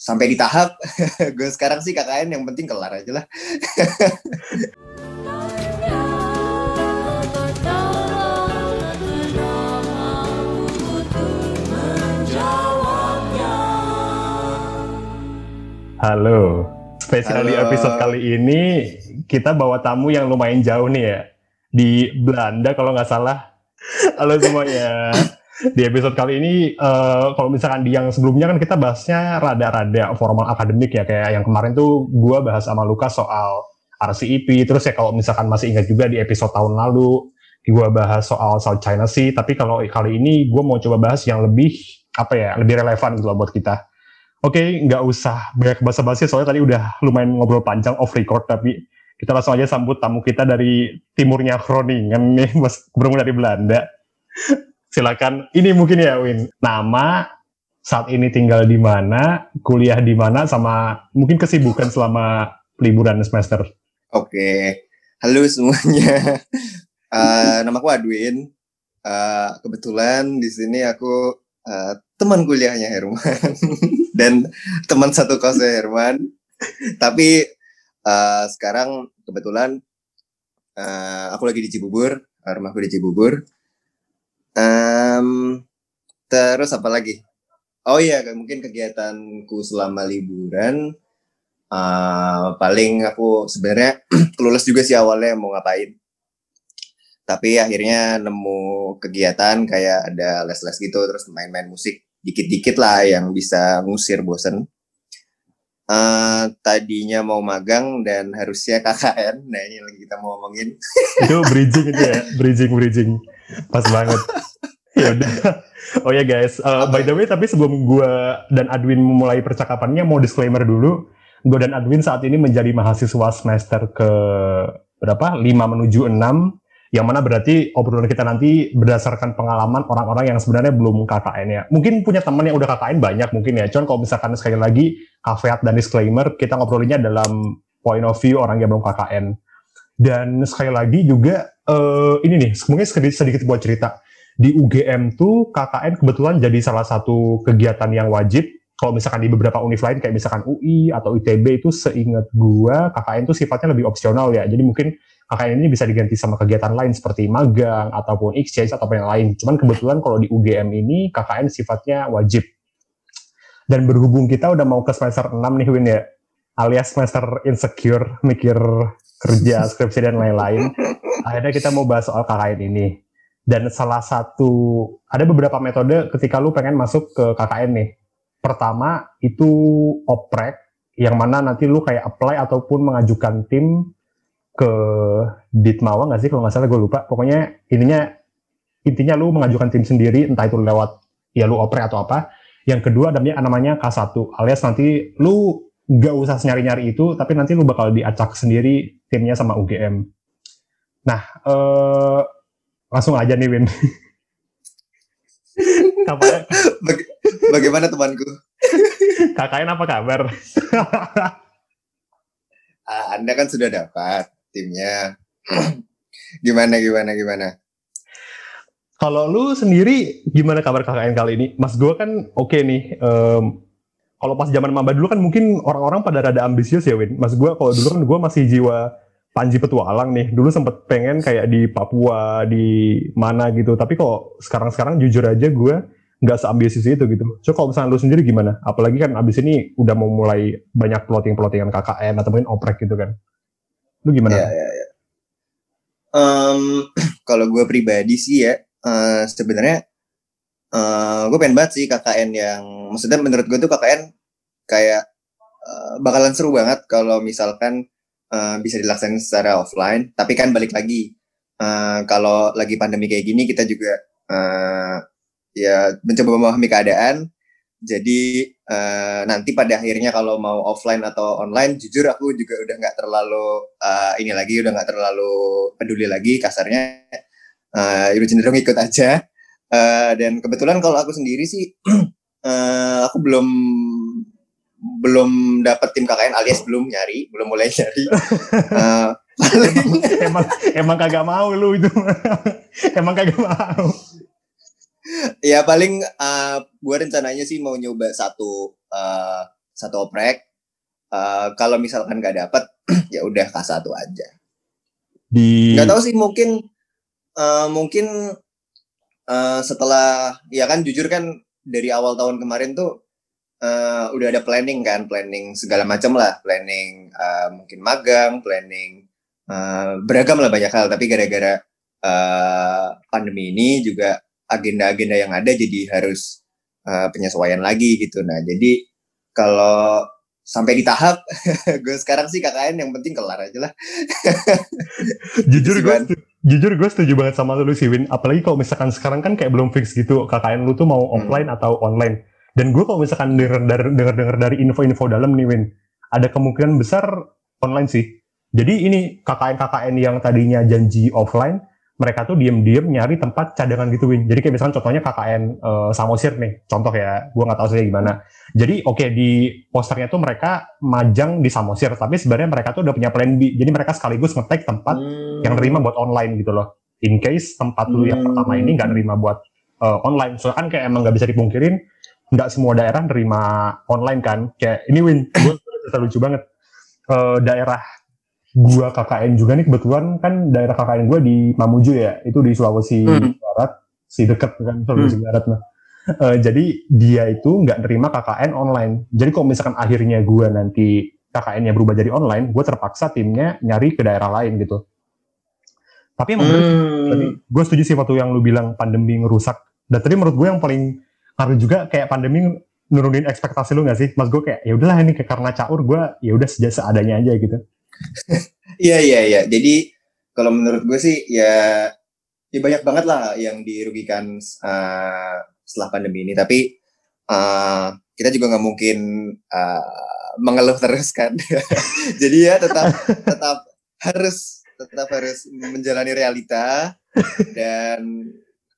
sampai di tahap gue sekarang sih KKN yang penting kelar aja lah. Halo, spesial di episode kali ini kita bawa tamu yang lumayan jauh nih ya, di Belanda kalau nggak salah. Halo semuanya. Di episode kali ini, kalau misalkan di yang sebelumnya kan kita bahasnya rada-rada formal akademik ya, kayak yang kemarin tuh gue bahas sama Lukas soal RCEP, terus ya kalau misalkan masih ingat juga di episode tahun lalu, gue bahas soal South China Sea, tapi kalau kali ini gue mau coba bahas yang lebih, lebih relevan gitu loh buat kita. Oke, nggak usah banyak basa-basi soalnya tadi udah lumayan ngobrol panjang off record, tapi kita langsung aja sambut tamu kita dari timurnya Groningen nih, bermula dari Belanda. Silakan, ini mungkin ya Win, nama, saat ini tinggal di mana, kuliah di mana, sama mungkin kesibukan selama liburan semester. Oke, halo semuanya. Namaku Adwin. Kebetulan di sini aku teman kuliahnya Herman dan teman satu kosnya Herman. Tapi sekarang kebetulan aku lagi di Cibubur, rumahku di Cibubur. Terus apa lagi? Oh iya, mungkin kegiatanku selama liburan paling aku sebenarnya kelulus juga sih awalnya mau ngapain. Tapi akhirnya nemu kegiatan kayak ada les-les gitu, terus main-main musik dikit-dikit lah yang bisa ngusir bosen. Tadinya mau magang dan harusnya KKN. Nah ini lagi kita mau ngomongin. Itu bridging itu ya, bridging. Pas banget. Ya udah. Oh ya guys, by the way tapi sebelum gue dan Adwin memulai percakapannya mau disclaimer dulu. Gue dan Adwin saat ini menjadi mahasiswa semester ke berapa? 5 menuju 6. Yang mana berarti obrolan kita nanti berdasarkan pengalaman orang-orang yang sebenarnya belum KKN ya. Mungkin punya teman yang udah KKN banyak mungkin ya. Cuman kalau misalkan sekali lagi caveat dan disclaimer, kita ngobrolinnya dalam point of view orang yang belum KKN. Dan sekali lagi juga ini nih, mungkin sedikit buat cerita. Di UGM tuh KKN kebetulan jadi salah satu kegiatan yang wajib. Kalau misalkan di beberapa univ lain kayak misalkan UI atau ITB itu seingat gua KKN tuh sifatnya lebih opsional ya. Jadi mungkin KKN ini bisa diganti sama kegiatan lain seperti magang ataupun exchange ataupun yang lain. Cuman kebetulan kalau di UGM ini KKN sifatnya wajib. Dan berhubung kita udah mau ke semester 6 nih Win ya, alias semester insecure, mikir kerja, skripsi dan lain-lain. Akhirnya kita mau bahas soal KKN ini. Dan salah satu, ada beberapa metode ketika lu pengen masuk ke KKN nih. Pertama itu oprek, yang mana nanti lu kayak apply ataupun mengajukan tim ke Ditmawa nggak sih kalau nggak salah, gue lupa. Pokoknya intinya lu mengajukan tim sendiri, entah itu lewat ya lu oprek atau apa. Yang kedua namanya K1, alias nanti lu nggak usah nyari-nyari itu, tapi nanti lu bakal diacak sendiri timnya sama UGM. Nah, langsung aja nih Win. Bagaimana temanku? KKN apa kabar? Anda kan sudah dapat timnya. Gimana? Kalau lu sendiri gimana kabar KKN kali ini? Mas gue kan oke nih. Kalau pas zaman maba dulu kan mungkin orang-orang pada rada ambisius ya Win. Mas gue kalau dulu kan gue masih jiwa Panji petualang nih. Dulu sempet pengen kayak di Papua, di mana gitu. Tapi kok sekarang jujur aja gue nggak seambisius itu gitu. So kalau misalnya lu sendiri gimana? Apalagi kan abis ini udah mau mulai banyak plotting-plottingan KKN atau mungkin oprek gitu kan. Lu gimana? Ya. Kalau gue pribadi sih ya, sebenarnya gue pengen banget sih KKN yang, maksudnya menurut gue tuh KKN kayak bakalan seru banget kalau misalkan bisa dilaksanakan secara offline. Tapi kan balik lagi, kalau lagi pandemi kayak gini kita juga ya mencoba memahami keadaan. Jadi nanti pada akhirnya kalau mau offline atau online, jujur aku juga udah nggak terlalu udah nggak terlalu peduli lagi kasarnya. Udah cenderung ikut aja. Dan kebetulan kalau aku sendiri sih aku belum dapat tim KKN, alias belum mulai nyari. Emang kagak mau lu itu. Emang kagak mau. Ya paling gue rencananya sih mau nyoba satu satu oprek. Kalau misalkan nggak dapet, ya udah K1 aja. Nggak tahu sih, mungkin setelah, ya kan jujur kan dari awal tahun kemarin tuh udah ada planning segala macam lah, planning mungkin magang, planning beragam lah banyak hal, tapi gara-gara pandemi ini juga agenda-agenda yang ada jadi harus penyesuaian lagi gitu. Nah jadi kalau sampai di tahap gue sekarang sih KKN yang penting kelar aja lah. Jujur gue setuju banget sama lu sih Win, apalagi kalau misalkan sekarang kan kayak belum fix gitu KKN lu tuh mau offline atau online. Dan gue kalau misalkan denger dari info-info dalam nih Win, ada kemungkinan besar online sih. Jadi ini KKN yang tadinya janji offline, mereka tuh diem-diem nyari tempat cadangan gitu Win. Jadi kayak misalkan contohnya KKN Samosir nih, contoh ya, gue nggak tahu sih gimana. Jadi di posternya tuh mereka majang di Samosir, tapi sebenarnya mereka tuh udah punya plan B. Jadi mereka sekaligus nge-tag tempat yang nerima buat online gitu loh. In case tempat lu yang pertama ini nggak nerima buat online. Soalnya kan kayak emang nggak bisa dipungkirin, nggak semua daerah nerima online kan. Kayak ini Win, gue lucu banget. Daerah gua KKN juga nih kebetulan kan daerah KKN gua di Mamuju ya, itu di Sulawesi Barat, si deket kan Sulawesi Barat nah. Jadi dia itu nggak nerima KKN online. Jadi kalau misalkan akhirnya gua nanti KKN-nya berubah jadi online, gua terpaksa timnya nyari ke daerah lain gitu. Tapi emang tadi gue setuju sih waktu yang lu bilang pandemi ngerusak. Dan tadi menurut gue yang paling ngaruh juga kayak pandemi nurunin ekspektasi lu nggak sih? Mas gue kayak ya udahlah ini karena caur gue ya udah seadanya aja gitu. Iya. Jadi kalau menurut gue sih ya banyak banget lah yang dirugikan setelah pandemi ini. Tapi kita juga nggak mungkin mengeluh terus kan. Jadi ya tetap harus menjalani realita dan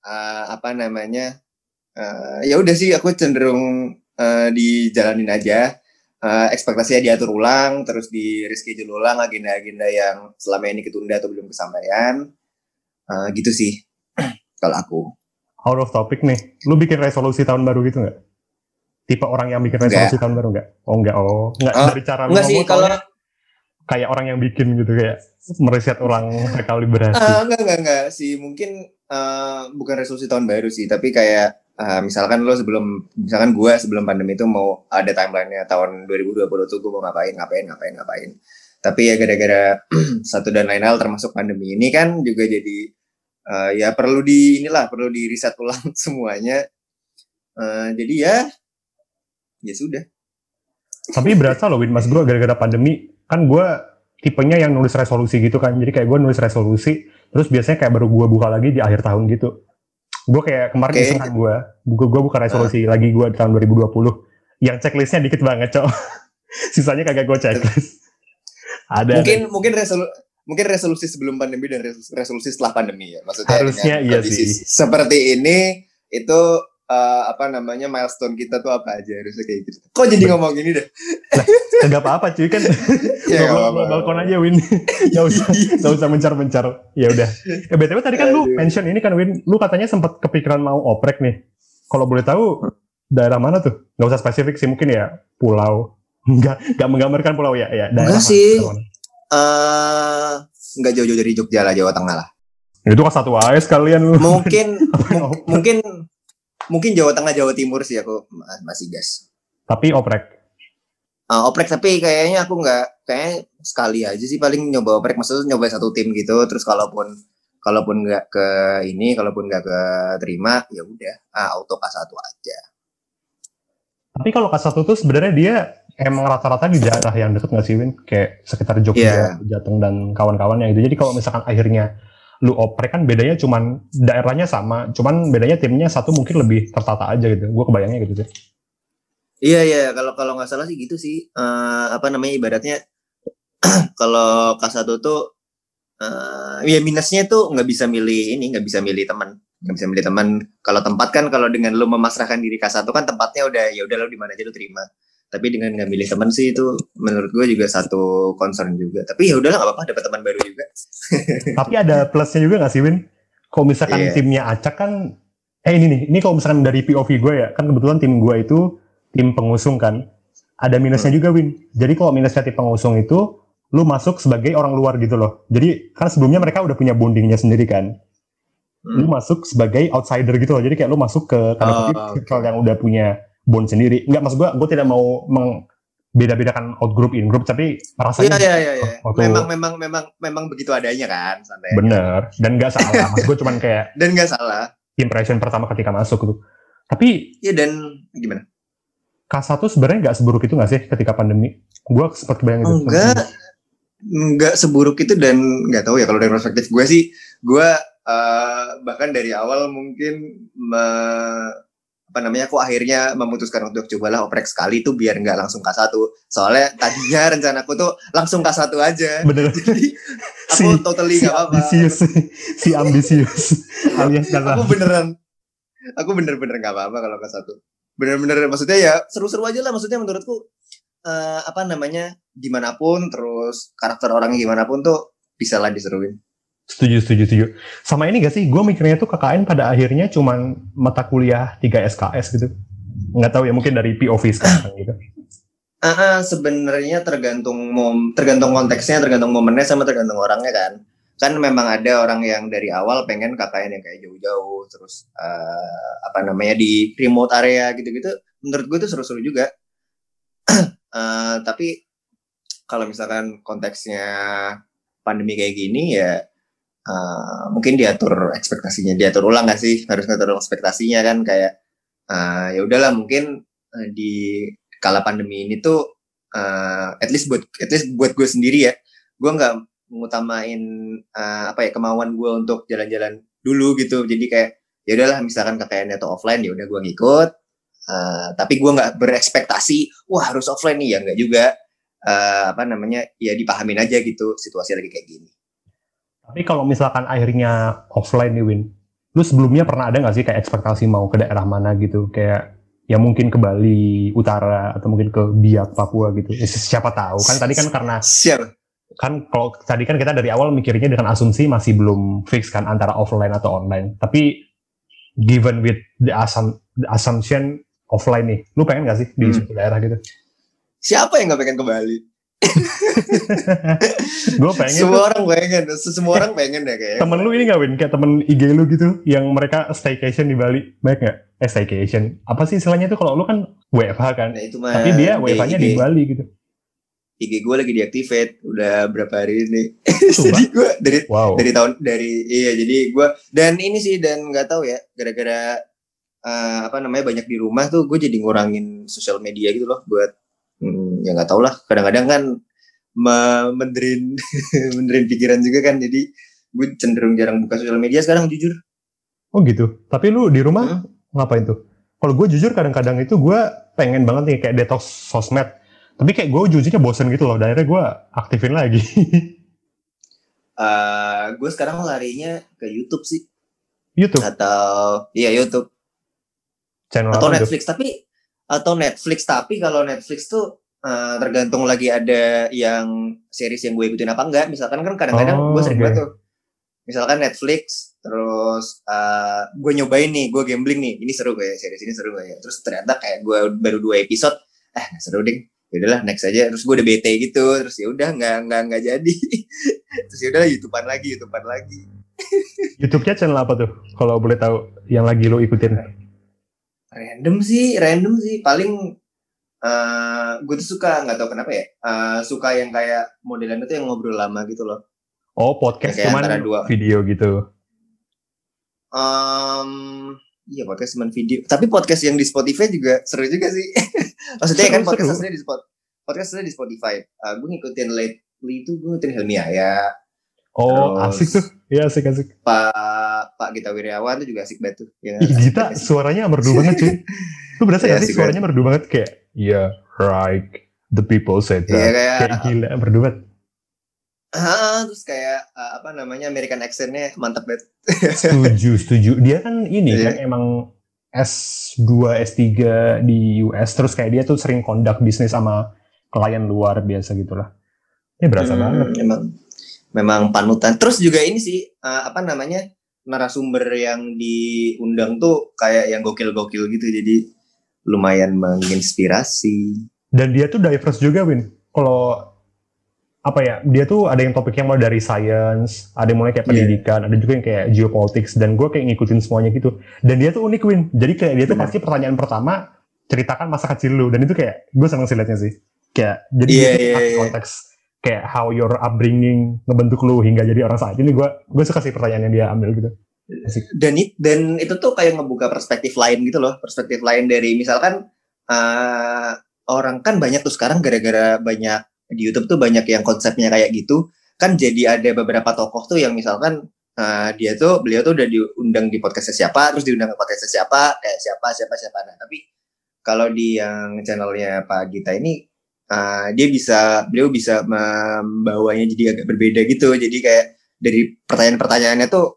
ya udah sih aku cenderung dijalanin aja. Ekspektasinya diatur ulang, terus di reschedule ulang agenda-agenda yang selama ini ketunda atau belum kesampaian, gitu sih kalau aku. Out of topic nih, lu bikin resolusi tahun baru gitu nggak? Tipe orang yang bikin resolusi tahun baru nggak? Nggak dari cara lu ngomong kalau kayak orang yang bikin gitu kayak mereset ulang rekalibrasi. Enggak sih, mungkin bukan resolusi tahun baru sih, tapi kayak misalkan gue sebelum pandemi itu mau ada timeline-nya tahun 2020 tuh gue mau ngapain. Tapi ya gara-gara satu dan lain hal termasuk pandemi ini kan juga jadi ya perlu di riset ulang semuanya. Jadi ya sudah. Tapi berasa loh Win, mas gue gara-gara pandemi kan gue tipenya yang nulis resolusi gitu kan. Jadi kayak gue nulis resolusi terus biasanya kayak baru gue buka lagi di akhir tahun gitu. Gue kayak kemarin iseng kan gue buka resolusi lagi gue di tahun 2020 yang checklistnya dikit banget cok. Sisanya kagak gue checklist. Mungkin resolusi sebelum pandemi dan resolusi setelah pandemi ya, maksudnya harusnya iya sih seperti ini itu milestone kita tuh apa aja harusnya kayak gitu. Kok jadi ngomong gini deh? Nggak apa-apa cuy kan. Balkon aja Win. Nggak usah mencar-mencar. Ya udah. BTW tadi kan lu mention ini kan Win, lu katanya sempat kepikiran mau oprek nih. Kalau boleh tahu daerah mana tuh? Nggak usah spesifik sih, mungkin ya pulau. Nggak menggambarkan pulau ya. Enggak sih. Nggak jauh-jauh dari Jogja lah, Jawa Tengah lah. Itu kan satu AS kalian lu. Mungkin Jawa Tengah, Jawa Timur sih aku masih gas. Tapi oprek. Oprek tapi kayaknya aku kayaknya sekali aja sih paling nyoba oprek, maksudnya nyoba satu tim gitu, terus kalaupun nggak keterima ya udah auto K1 aja. Tapi kalau K1 tuh sebenarnya dia emang rata-rata di daerah yang dekat nggak sih Win? Kayak sekitar Jogja, Jateng dan kawan-kawannya gitu. Jadi kalau misalkan akhirnya lu oprek kan bedanya cuman daerahnya sama, cuman bedanya timnya satu mungkin lebih tertata aja gitu. Gue kebayangnya gitu sih. Iya, kalau nggak salah sih gitu sih. Ibaratnya kalau K1 tuh ya minusnya tuh nggak bisa milih teman. Kalau tempat kan, kalau dengan lu memasrahkan diri K1 kan tempatnya udah lu di mana aja lu terima. Tapi dengan nggak milih teman sih itu menurut gue juga satu concern juga. Tapi ya udahlah nggak apa-apa, dapat teman baru juga. Tapi ada plusnya juga nggak sih Win? Kalau misalkan timnya acak kan, ini kalau misalkan dari POV gue ya, kan kebetulan tim gue itu tim pengusung kan. ada minusnya juga, Win. Jadi kalau minusnya tim pengusung itu, lu masuk sebagai orang luar gitu loh. Jadi kan sebelumnya mereka udah punya bondingnya sendiri kan. Lu masuk sebagai outsider gitu loh. Jadi kayak lu masuk ke tanda kutip circle yang udah punya bond sendiri. Enggak, maksud gue tidak mau beda-bedakan out group in group, tapi rasanya Iya. Memang begitu adanya kan, santai. Bener, dan nggak salah. Mas gue cuman kayak dan nggak salah. Impression pertama ketika masuk gitu. Tapi iya, dan gimana? K1 sebenarnya nggak seburuk itu nggak sih ketika pandemi? Gue sempat bayangin itu. Enggak seburuk itu, dan nggak tahu ya, kalau dari perspektif gue sih, gue bahkan dari awal mungkin kok akhirnya memutuskan untuk cobalah oprek sekali tuh biar nggak langsung K1. Soalnya tadinya rencanaku tuh langsung K1 aja. Bener. Jadi aku totally nggak apa-apa. Si ambisius alias K1. Aku bener-bener nggak apa-apa kalau K1. Bener-bener, maksudnya ya seru-seru aja lah. Maksudnya menurutku dimanapun, terus karakter orangnya gimana pun tuh bisa lah diseruin. Setuju. Sama ini gak sih, gue mikirnya tuh KKN pada akhirnya cuman mata kuliah 3 SKS gitu. Nggak tahu ya, mungkin dari POV sekarang gitu. Sebenarnya tergantung konteksnya, tergantung momennya, sama tergantung orangnya kan. Kan memang ada orang yang dari awal pengen KKN yang kayak jauh-jauh, terus di remote area gitu-gitu. Menurut gue tuh seru-seru juga. Tapi kalau misalkan konteksnya pandemi kayak gini ya, mungkin diatur ulang nggak sih? Harus ngatur ekspektasinya kan, kayak ya udahlah, mungkin di kala pandemi ini tuh at least buat gue sendiri ya, gue nggak mengutamain kemauan gue untuk jalan-jalan dulu gitu. Jadi kayak ya udahlah, misalkan KKN atau offline ya udah gue ngikut, tapi gue nggak berekspektasi wah harus offline nih, ya nggak juga. Ya dipahamin aja gitu, situasi lagi kayak gini. Tapi kalau misalkan akhirnya offline nih, Win, lu sebelumnya pernah ada nggak sih kayak ekspektasi mau ke daerah mana gitu, kayak ya mungkin ke Bali Utara atau mungkin ke Biak Papua gitu? Siapa tahu kan, tadi kan karena kan kalau tadi kan kita dari awal mikirnya dengan asumsi masih belum fix kan antara offline atau online. Tapi given with the assumption offline nih, lu pengen nggak sih di suatu daerah gitu? Siapa yang nggak pengen ke Bali? Gue pengen. Semua orang pengen deh kayaknya. Temen lu ini nggak, Win? Kayak temen IG lu gitu, yang mereka staycation di Bali, baik nggak? Staycation. Apa sih istilahnya tuh kalau lu kan WFH kan? Nah, itu tapi dia WFH-nya di Bali gitu. IG gue lagi deactivate udah berapa hari ini. Jadi gue jadi gue dan ini sih, dan nggak tahu ya, gara-gara banyak di rumah tuh, gue jadi ngurangin sosial media gitu loh, buat ya nggak tahu lah, kadang-kadang kan menderin pikiran juga kan, jadi gue cenderung jarang buka sosial media sekarang, jujur. Oh gitu. Tapi lu di rumah ngapain tuh? Kalau gue jujur kadang-kadang itu gue pengen banget nih kayak detox sosmed, tapi kayak gue jujurnya bosen gitu loh, akhirnya gue aktifin lagi. Gue sekarang larinya ke YouTube sih. YouTube? Atau YouTube. Channel atau Netflix tuh? Tapi kalau Netflix tuh tergantung lagi ada yang series yang gue ikutin apa enggak. Misalkan kan kadang-kadang gue sering banget tuh, misalkan Netflix, terus gue nyobain nih, gue gambling nih, ini seru gak ya, series ini seru gak ya, terus ternyata kayak gue baru 2 episode, nggak seru deh, yaudahlah next aja, terus gue udah bete gitu, terus ya udah nggak jadi, terus ya udah YouTubean lagi. YouTube-nya channel apa tuh, kalau boleh tahu yang lagi lo ikutin? Random sih, paling gue tuh suka, nggak tahu kenapa ya, suka yang kayak modelan itu yang ngobrol lama gitu loh. Oh, podcast cuman video gitu. Iya, podcast cuman video. Tapi podcast yang di Spotify juga seru juga sih. Maksudnya kan podcast aslinya di Spotify. Gue ngikutin lately itu, gue ngikutin Helmi Aya. Oh, asik tuh. Iya, asik. Pak Gita Wirjawan tuh juga asik banget tuh. Ya, Gita suaranya merdu banget cuy. Lu berasa gak sih suaranya merdu banget, kayak right, the people said that. Kayak gila, merdu banget. Terus kayak American accent-nya mantap banget. Setuju. Dia kan ini kan emang S2, S3 di US, terus kayak dia tuh sering conduct bisnis sama klien luar biasa gitulah. Ini berasa banget. Memang panutan. Terus juga ini sih, narasumber yang diundang tuh kayak yang gokil-gokil gitu, jadi lumayan menginspirasi. Dan dia tuh diverse juga, Win. Kalau apa ya, dia tuh ada yang topiknya mulai dari science, ada yang mulai kayak pendidikan, ada juga yang kayak geopolitics, dan gue kayak ngikutin semuanya gitu. Dan dia tuh unik, Win. Jadi kayak dia tuh Bener. pasti pertanyaan pertama, ceritakan masa kecil lu. Dan itu kayak, gue seneng sih liatnya sih. Kayak, jadi dia tuh kasih konteks, kayak how your upbringing ngebentuk lu hingga jadi orang saat ini. Gue suka sih pertanyaan yang dia ambil gitu. Asik. Dan itu tuh kayak ngebuka perspektif lain gitu loh, perspektif lain dari misalkan orang kan banyak tuh sekarang gara-gara banyak di YouTube tuh banyak yang konsepnya kayak gitu kan, jadi ada beberapa tokoh tuh yang misalkan beliau tuh udah diundang di podcastnya siapa, terus diundang ke podcastnya siapa, kayak siapa. Nah tapi kalau di yang channelnya Pak Gita ini beliau bisa membawanya jadi agak berbeda gitu, jadi kayak dari pertanyaan-pertanyaannya tuh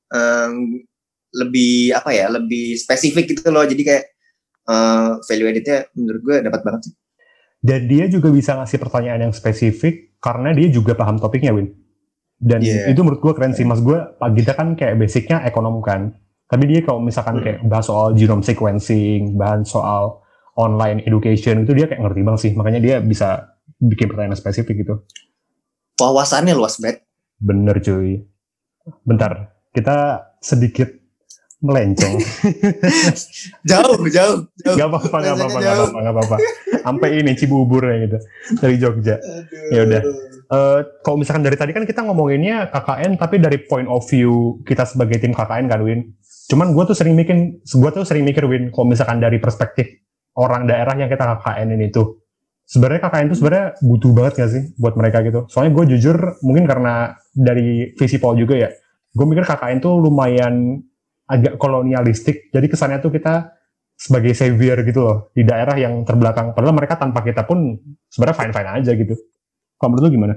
lebih apa ya, lebih spesifik gitu loh, jadi kayak value added-nya menurut gue dapat banget sih. Dan dia juga bisa ngasih pertanyaan yang spesifik karena dia juga paham topiknya, Win. Dan itu menurut gue keren sih, mas gue Pak Gita kan kayak basicnya ekonom kan, tapi dia kalau misalkan kayak bahas soal genome sequencing, bahas soal online education itu dia kayak ngerti banget sih, makanya dia bisa bikin pertanyaan spesifik gitu. Wawasannya luas banget. Bener cuy. Bentar, kita sedikit melenceng. jauh. Gak apa-apa. Sampai ini Cibubur ya gitu, dari Jogja. Ya udah. Kalau misalkan dari tadi kan kita ngomonginnya KKN, tapi dari point of view kita sebagai tim KKN kan, Win. Cuman gue tuh sering mikir, Win, kalau misalkan dari perspektif orang daerah yang kita KKN ini tuh, sebenarnya KKN itu sebenarnya butuh banget gak sih buat mereka gitu? Soalnya gue jujur, mungkin karena dari Visipol juga ya, gue mikir KKN tuh lumayan agak kolonialistik, jadi kesannya tuh kita sebagai savior gitu loh di daerah yang terbelakang, padahal mereka tanpa kita pun sebenarnya fine-fine aja gitu. Kalau menurut lu gimana?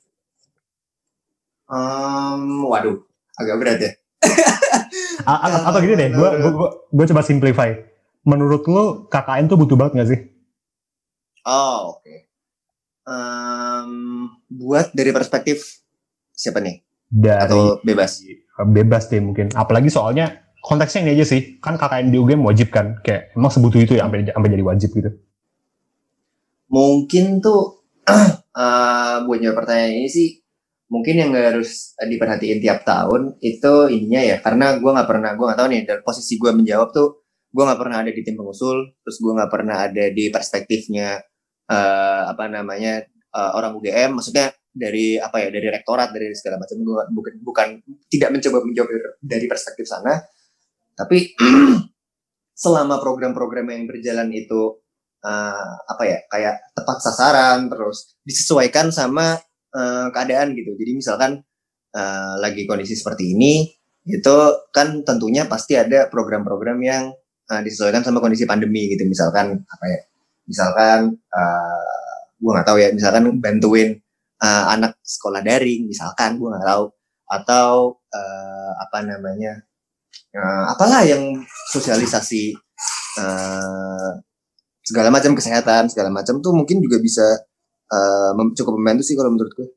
Waduh, agak berat ya. Atau gini deh, gue coba simplify. Menurut lu KKN tuh butuh banget gak sih? Oh, oke. Buat dari perspektif siapa nih? Atau bebas? Bebas deh mungkin. Apalagi soalnya konteksnya ini aja sih, kan KKN di UGM wajib kan, kayak emang sebutuh itu ya sampai jadi wajib gitu. Mungkin tuh buat jawab pertanyaan ini sih, mungkin yang harus diperhatiin tiap tahun itu ininya ya, karena gue nggak tahu nih, dari posisi gue menjawab tuh, gue nggak pernah ada di tim pengusul, terus gue nggak pernah ada di perspektifnya orang UGM, maksudnya dari dari rektorat, dari segala macam. Gue bukan tidak mencoba menjawab dari perspektif sana, tapi selama program-program yang berjalan itu kayak tepat sasaran, terus disesuaikan sama keadaan gitu. Jadi misalkan lagi kondisi seperti ini, itu kan tentunya pasti ada program-program yang disesuaikan sama kondisi pandemi gitu. Misalkan gue nggak tahu ya, misalkan bantuin anak sekolah daring, misalkan gue nggak tahu, atau apalah yang sosialisasi segala macam kesehatan segala macam tuh mungkin juga bisa cukup membantu sih kalau menurut gue.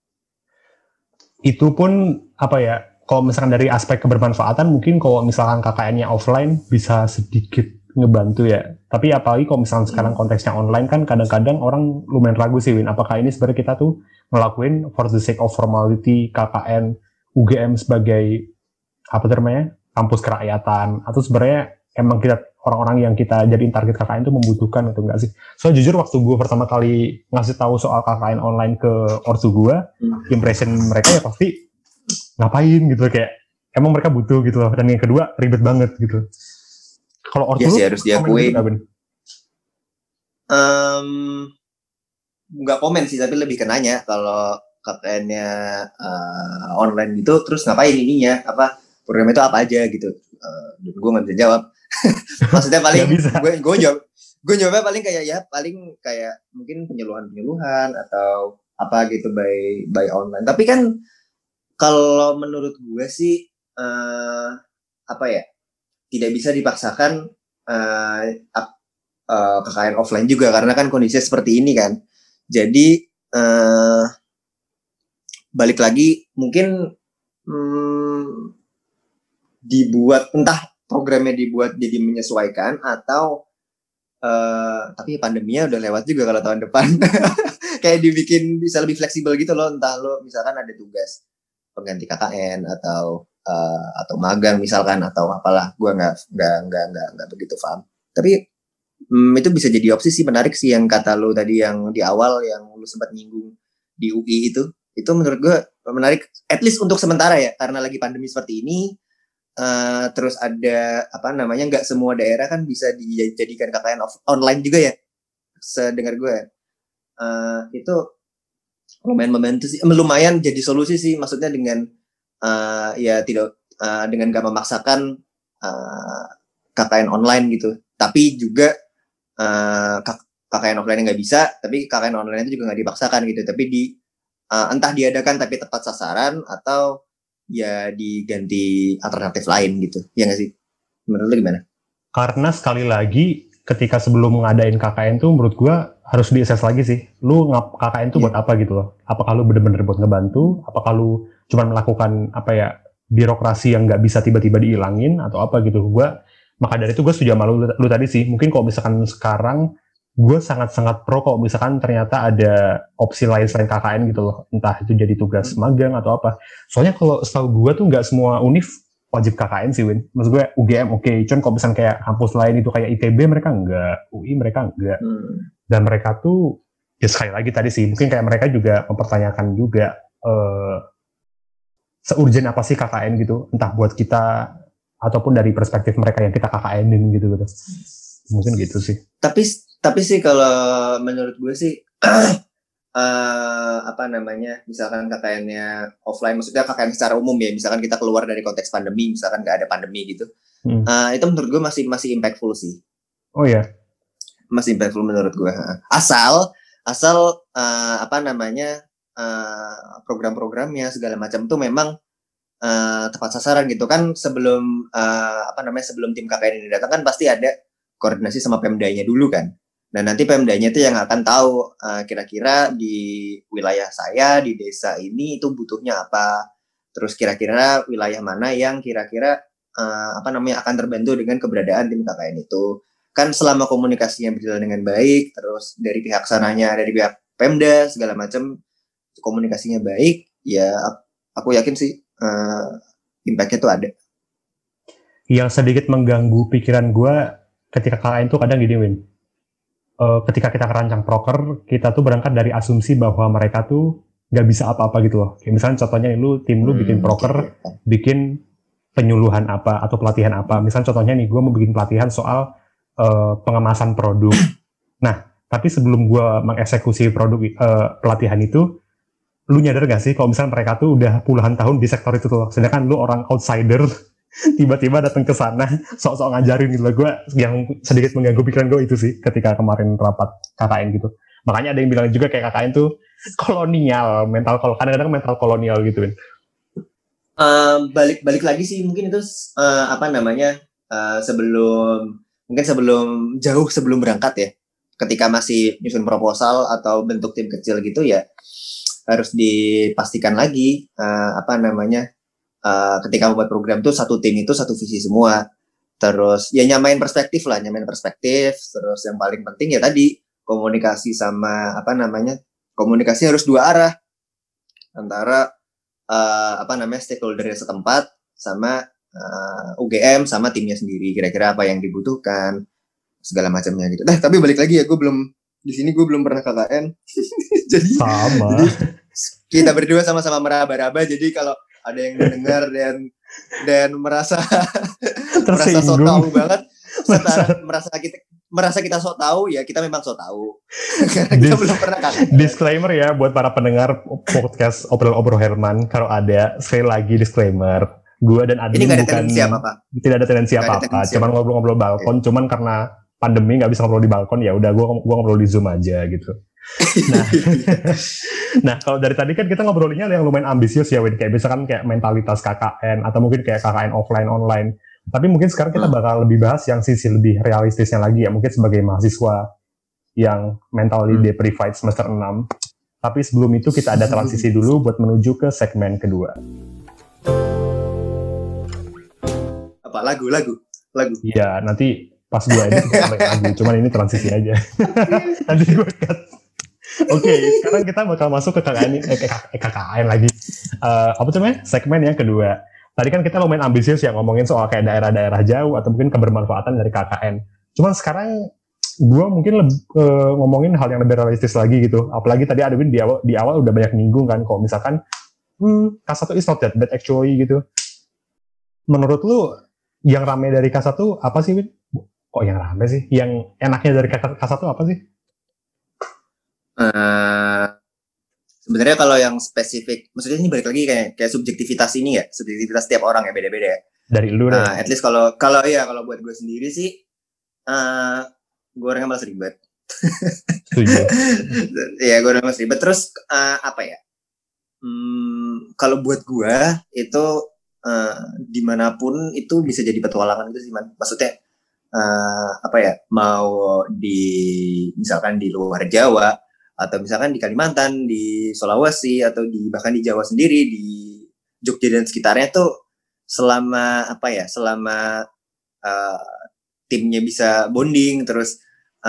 Itu pun kalau misalkan dari aspek kebermanfaatan, mungkin kalau misalkan KKN-nya offline bisa sedikit ngebantu ya. Tapi apalagi kalau misalkan sekarang konteksnya online kan kadang-kadang orang lumayan ragu sih, Win, apakah ini sebenarnya kita tuh ngelakuin for the sake of formality KKN UGM sebagai kampus kerakyatan, atau sebenarnya emang kita orang-orang yang kita jadiin target KKN itu membutuhkan atau enggak sih? So jujur waktu gue pertama kali ngasih tahu soal KKN online ke ortu gue, impression mereka ya pasti ngapain gitu, kayak emang mereka butuh gitu loh. Dan yang kedua ribet banget gitu. Kalau ortu lu harus diakui. Nggak komen sih, tapi lebih ke nanya kalau KKN-nya online gitu, terus ngapain ininya, program itu apa aja gitu. Dan gue nggak bisa jawab. Maksudnya paling gue jawabnya paling kayak mungkin penyuluhan atau apa gitu by online. Tapi kan kalau menurut gue sih tidak bisa dipaksakan KKN offline juga, karena kan kondisinya seperti ini kan. Jadi balik lagi mungkin dibuat, entah programnya dibuat jadi menyesuaikan, atau Tapi pandeminya udah lewat juga kalau tahun depan. Kayak dibikin bisa lebih fleksibel gitu loh, entah lo misalkan ada tugas pengganti KKN atau magang misalkan atau apalah, gue nggak begitu paham. Tapi itu bisa jadi opsi sih, menarik sih yang kata lo tadi yang di awal yang lo sempat nyinggung di UI itu menurut gue menarik, at least untuk sementara ya, karena lagi pandemi seperti ini. Terus ada apa namanya, nggak semua daerah kan bisa dijadikan KKN online juga ya, sedengar gue. Itu lumayan membantu sih, lumayan jadi solusi sih, maksudnya dengan ya tidak dengan gak memaksakan KKN online gitu, tapi juga KKN offline nggak bisa, tapi KKN online itu juga nggak dipaksakan gitu, tapi entah diadakan tapi tepat sasaran atau ya diganti alternatif lain gitu, ya nggak sih? Menurut lu gimana? Karena sekali lagi ketika sebelum ngadain KKN tuh menurut gua harus di-assess lagi sih. Lu KKN tuh buat apa gitu loh? Apakah lu bener-bener buat ngebantu? Apakah lu cuma melakukan apa ya, birokrasi yang nggak bisa tiba-tiba dihilangin atau apa gitu? Maka dari itu gue setuju sama lu tadi sih. Mungkin kalau misalkan sekarang gue sangat-sangat pro kalau misalkan ternyata ada opsi lain selain KKN gitu loh. Entah itu jadi tugas magang atau apa. Soalnya kalau setahu gue tuh nggak semua univ wajib KKN sih, Win. Maksud gue UGM oke. Cuman kalau misalkan kayak kampus lain itu kayak ITB mereka enggak, UI mereka enggak. Dan mereka tuh, ya sekali lagi tadi sih, mungkin kayak mereka juga mempertanyakan juga seurgent apa sih KKN gitu. Entah buat kita ataupun dari perspektif mereka yang kita KKN-in gitu. Mungkin gitu sih. Tapi sih kalau menurut gue sih apa namanya, misalkan KKN-nya offline, maksudnya KKN secara umum ya, misalkan kita keluar dari konteks pandemi, misalkan nggak ada pandemi gitu, itu menurut gue masih impactful sih. Oh ya, masih impactful menurut gue. Asal apa namanya, program-programnya segala macam tuh memang tepat sasaran gitu kan. Sebelum apa namanya, sebelum tim KKN ini datang kan pasti ada koordinasi sama Pemdanya dulu kan. Dan nanti Pemdanya itu yang akan tahu kira-kira di wilayah saya, di desa ini itu butuhnya apa. Terus kira-kira wilayah mana yang kira-kira apa namanya akan terbantu dengan keberadaan tim KKN itu. Kan selama komunikasinya berjalan dengan baik, terus dari pihak sananya, dari pihak Pemda segala macam komunikasinya baik, ya aku yakin sih impact-nya tuh ada. Yang sedikit mengganggu pikiran gue ketika KKN tuh kadang gini, Win. Ketika kita kerancang proker, kita tuh berangkat dari asumsi bahwa mereka tuh nggak bisa apa-apa gitu loh. Kayak misalnya contohnya tim lu bikin proker, bikin penyuluhan apa atau pelatihan apa. Misalnya contohnya nih, gue mau bikin pelatihan soal pengemasan produk. Nah, tapi sebelum gue mengeksekusi produk pelatihan itu, lu nyadar gak sih kalau misalnya mereka tuh udah puluhan tahun di sektor itu tuh, sedangkan lu orang outsider tiba-tiba datang ke sana sok-sok ngajarin gitu loh. Gue yang sedikit mengganggu pikiran gue itu sih ketika kemarin rapat KKN gitu. Makanya ada yang bilang juga kayak KKN tuh kolonial, kadang-kadang mental kolonial gitu kan. Balik lagi sih mungkin itu apa namanya, jauh sebelum berangkat ya, ketika masih nyusun proposal atau bentuk tim kecil gitu ya, harus dipastikan lagi apa namanya, ketika membuat program tuh satu tim itu satu visi semua. Terus ya nyamain perspektif. Terus yang paling penting ya tadi komunikasi sama apa namanya, komunikasi harus dua arah antara apa namanya stakeholder setempat sama UGM sama timnya sendiri, kira-kira apa yang dibutuhkan segala macamnya gitu. Tapi balik lagi ya, gue belum pernah KKN. jadi kita berdua sama-sama meraba-raba, jadi kalau ada yang mendengar dan merasa sok tahu banget, merasa kita sok tahu, ya kita memang sok tahu. Karena kita belum pernah KKN. Disclaimer ya buat para pendengar podcast Obrol Herman, kalau ada sekali lagi disclaimer, gue dan Admin tidak ada tendensi apa-apa, cuman ngobrol-ngobrol balkon, cuman karena pandemi nggak bisa ngobrol di balkon, ya udah gue ngobrol di Zoom aja gitu. Nah kalau dari tadi kan kita ngobrolinnya yang lumayan ambisius ya, Win, kayak misalkan kayak mentalitas KKN atau mungkin kayak KKN offline online. Tapi mungkin sekarang kita bakal lebih bahas yang sisi lebih realistisnya lagi ya, mungkin sebagai mahasiswa yang mentally deprived semester 6. Tapi sebelum itu kita ada transisi dulu buat menuju ke segmen kedua. Apa lagu? Iya, nanti Pas gue edit gue tambahin lagu, cuman ini transisi aja. Nanti gue cut. Oke, sekarang kita bakal masuk ke KKN lagi. Apa tuh namanya? Segmen yang kedua. Tadi kan kita lumayan ambisius ya ngomongin soal kayak daerah-daerah jauh atau mungkin kebermanfaatan dari KKN. Cuman sekarang gue mungkin ngomongin hal yang lebih realistis lagi gitu. Apalagi tadi Adwin di awal udah banyak nyinggung kan, kalau misalkan K1 is not that bad actually gitu. Menurut lu yang rame dari K1 apa sih, Win? Kok yang rame sih? Yang enaknya dari K1 apa sih? Sebenarnya kalau yang spesifik, maksudnya ini balik lagi kayak subjektivitas ini ya, subjektivitas tiap orang ya beda-beda ya. Dari lu deh. At least kalau buat gue sendiri sih, gue orangnya malas ribet. Ya gue orangnya malas ribet. Terus apa ya? Kalau buat gue itu dimanapun itu bisa jadi petualangan gitu sih, man. Maksudnya apa ya? Mau misalkan di luar Jawa, atau misalkan di Kalimantan, di Sulawesi, atau bahkan di Jawa sendiri, di Jogja dan sekitarnya tuh selama timnya bisa bonding, terus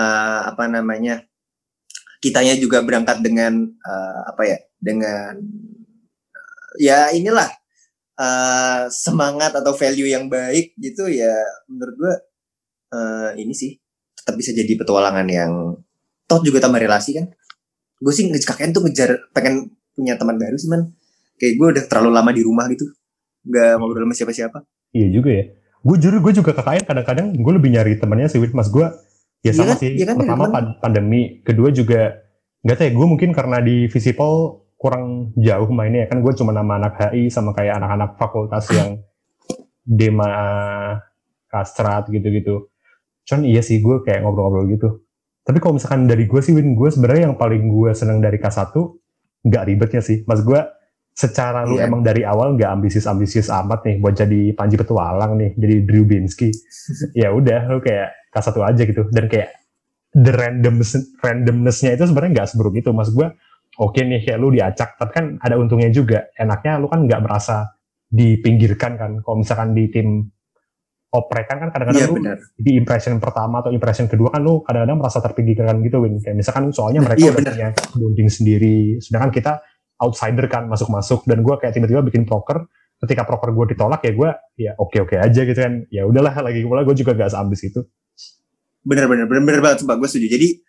kitanya juga berangkat dengan dengan inilah semangat atau value yang baik gitu ya, menurut gue ini sih tetap bisa jadi petualangan yang toh juga tambah relasi kan. Gue sih KKN tuh pengen punya teman baru sih, man. Kayak gue udah terlalu lama di rumah gitu, nggak ngobrol sama siapa-siapa. Iya juga ya. Gue juga KKN kadang-kadang gue lebih nyari temannya sih, Mas. Gue ya sama sih. Pertama pandemi, kedua juga nggak tahu ya. Gue mungkin karena di Visipol kurang jauh mainnya kan. Gue cuma nama anak HI sama kayak anak-anak fakultas yang Dema, Kastrat gitu-gitu. Cuman iya sih gue kayak ngobrol-ngobrol gitu. Tapi kalau misalkan dari gue sih, Win, gue sebenarnya yang paling gue seneng dari K1 nggak ribetnya sih. Mas gue secara lu emang dari awal nggak ambisius amat nih buat jadi Panji Petualang nih, jadi Drew Binsky. Ya udah lu kayak K1 aja gitu. Dan kayak the randomness-nya itu sebenarnya nggak seburuk itu. Mas gue oke nih kayak lu diacak, tapi kan ada untungnya juga. Enaknya lu kan nggak merasa dipinggirkan kan. Kalau misalkan di tim oprek kan kadang-kadang lu di impression pertama atau impression kedua kan lu kadang-kadang merasa terpinggirkan gitu, Win. Kayak misalkan soalnya mereka udah punya bonding sendiri, sedangkan kita outsider kan masuk-masuk, dan gue kayak tiba-tiba bikin proker, ketika proker gue ditolak ya gue ya oke aja gitu kan, ya udahlah, lagi pula gue juga gak seambis itu. Bener banget, sumpah gue setuju. Jadi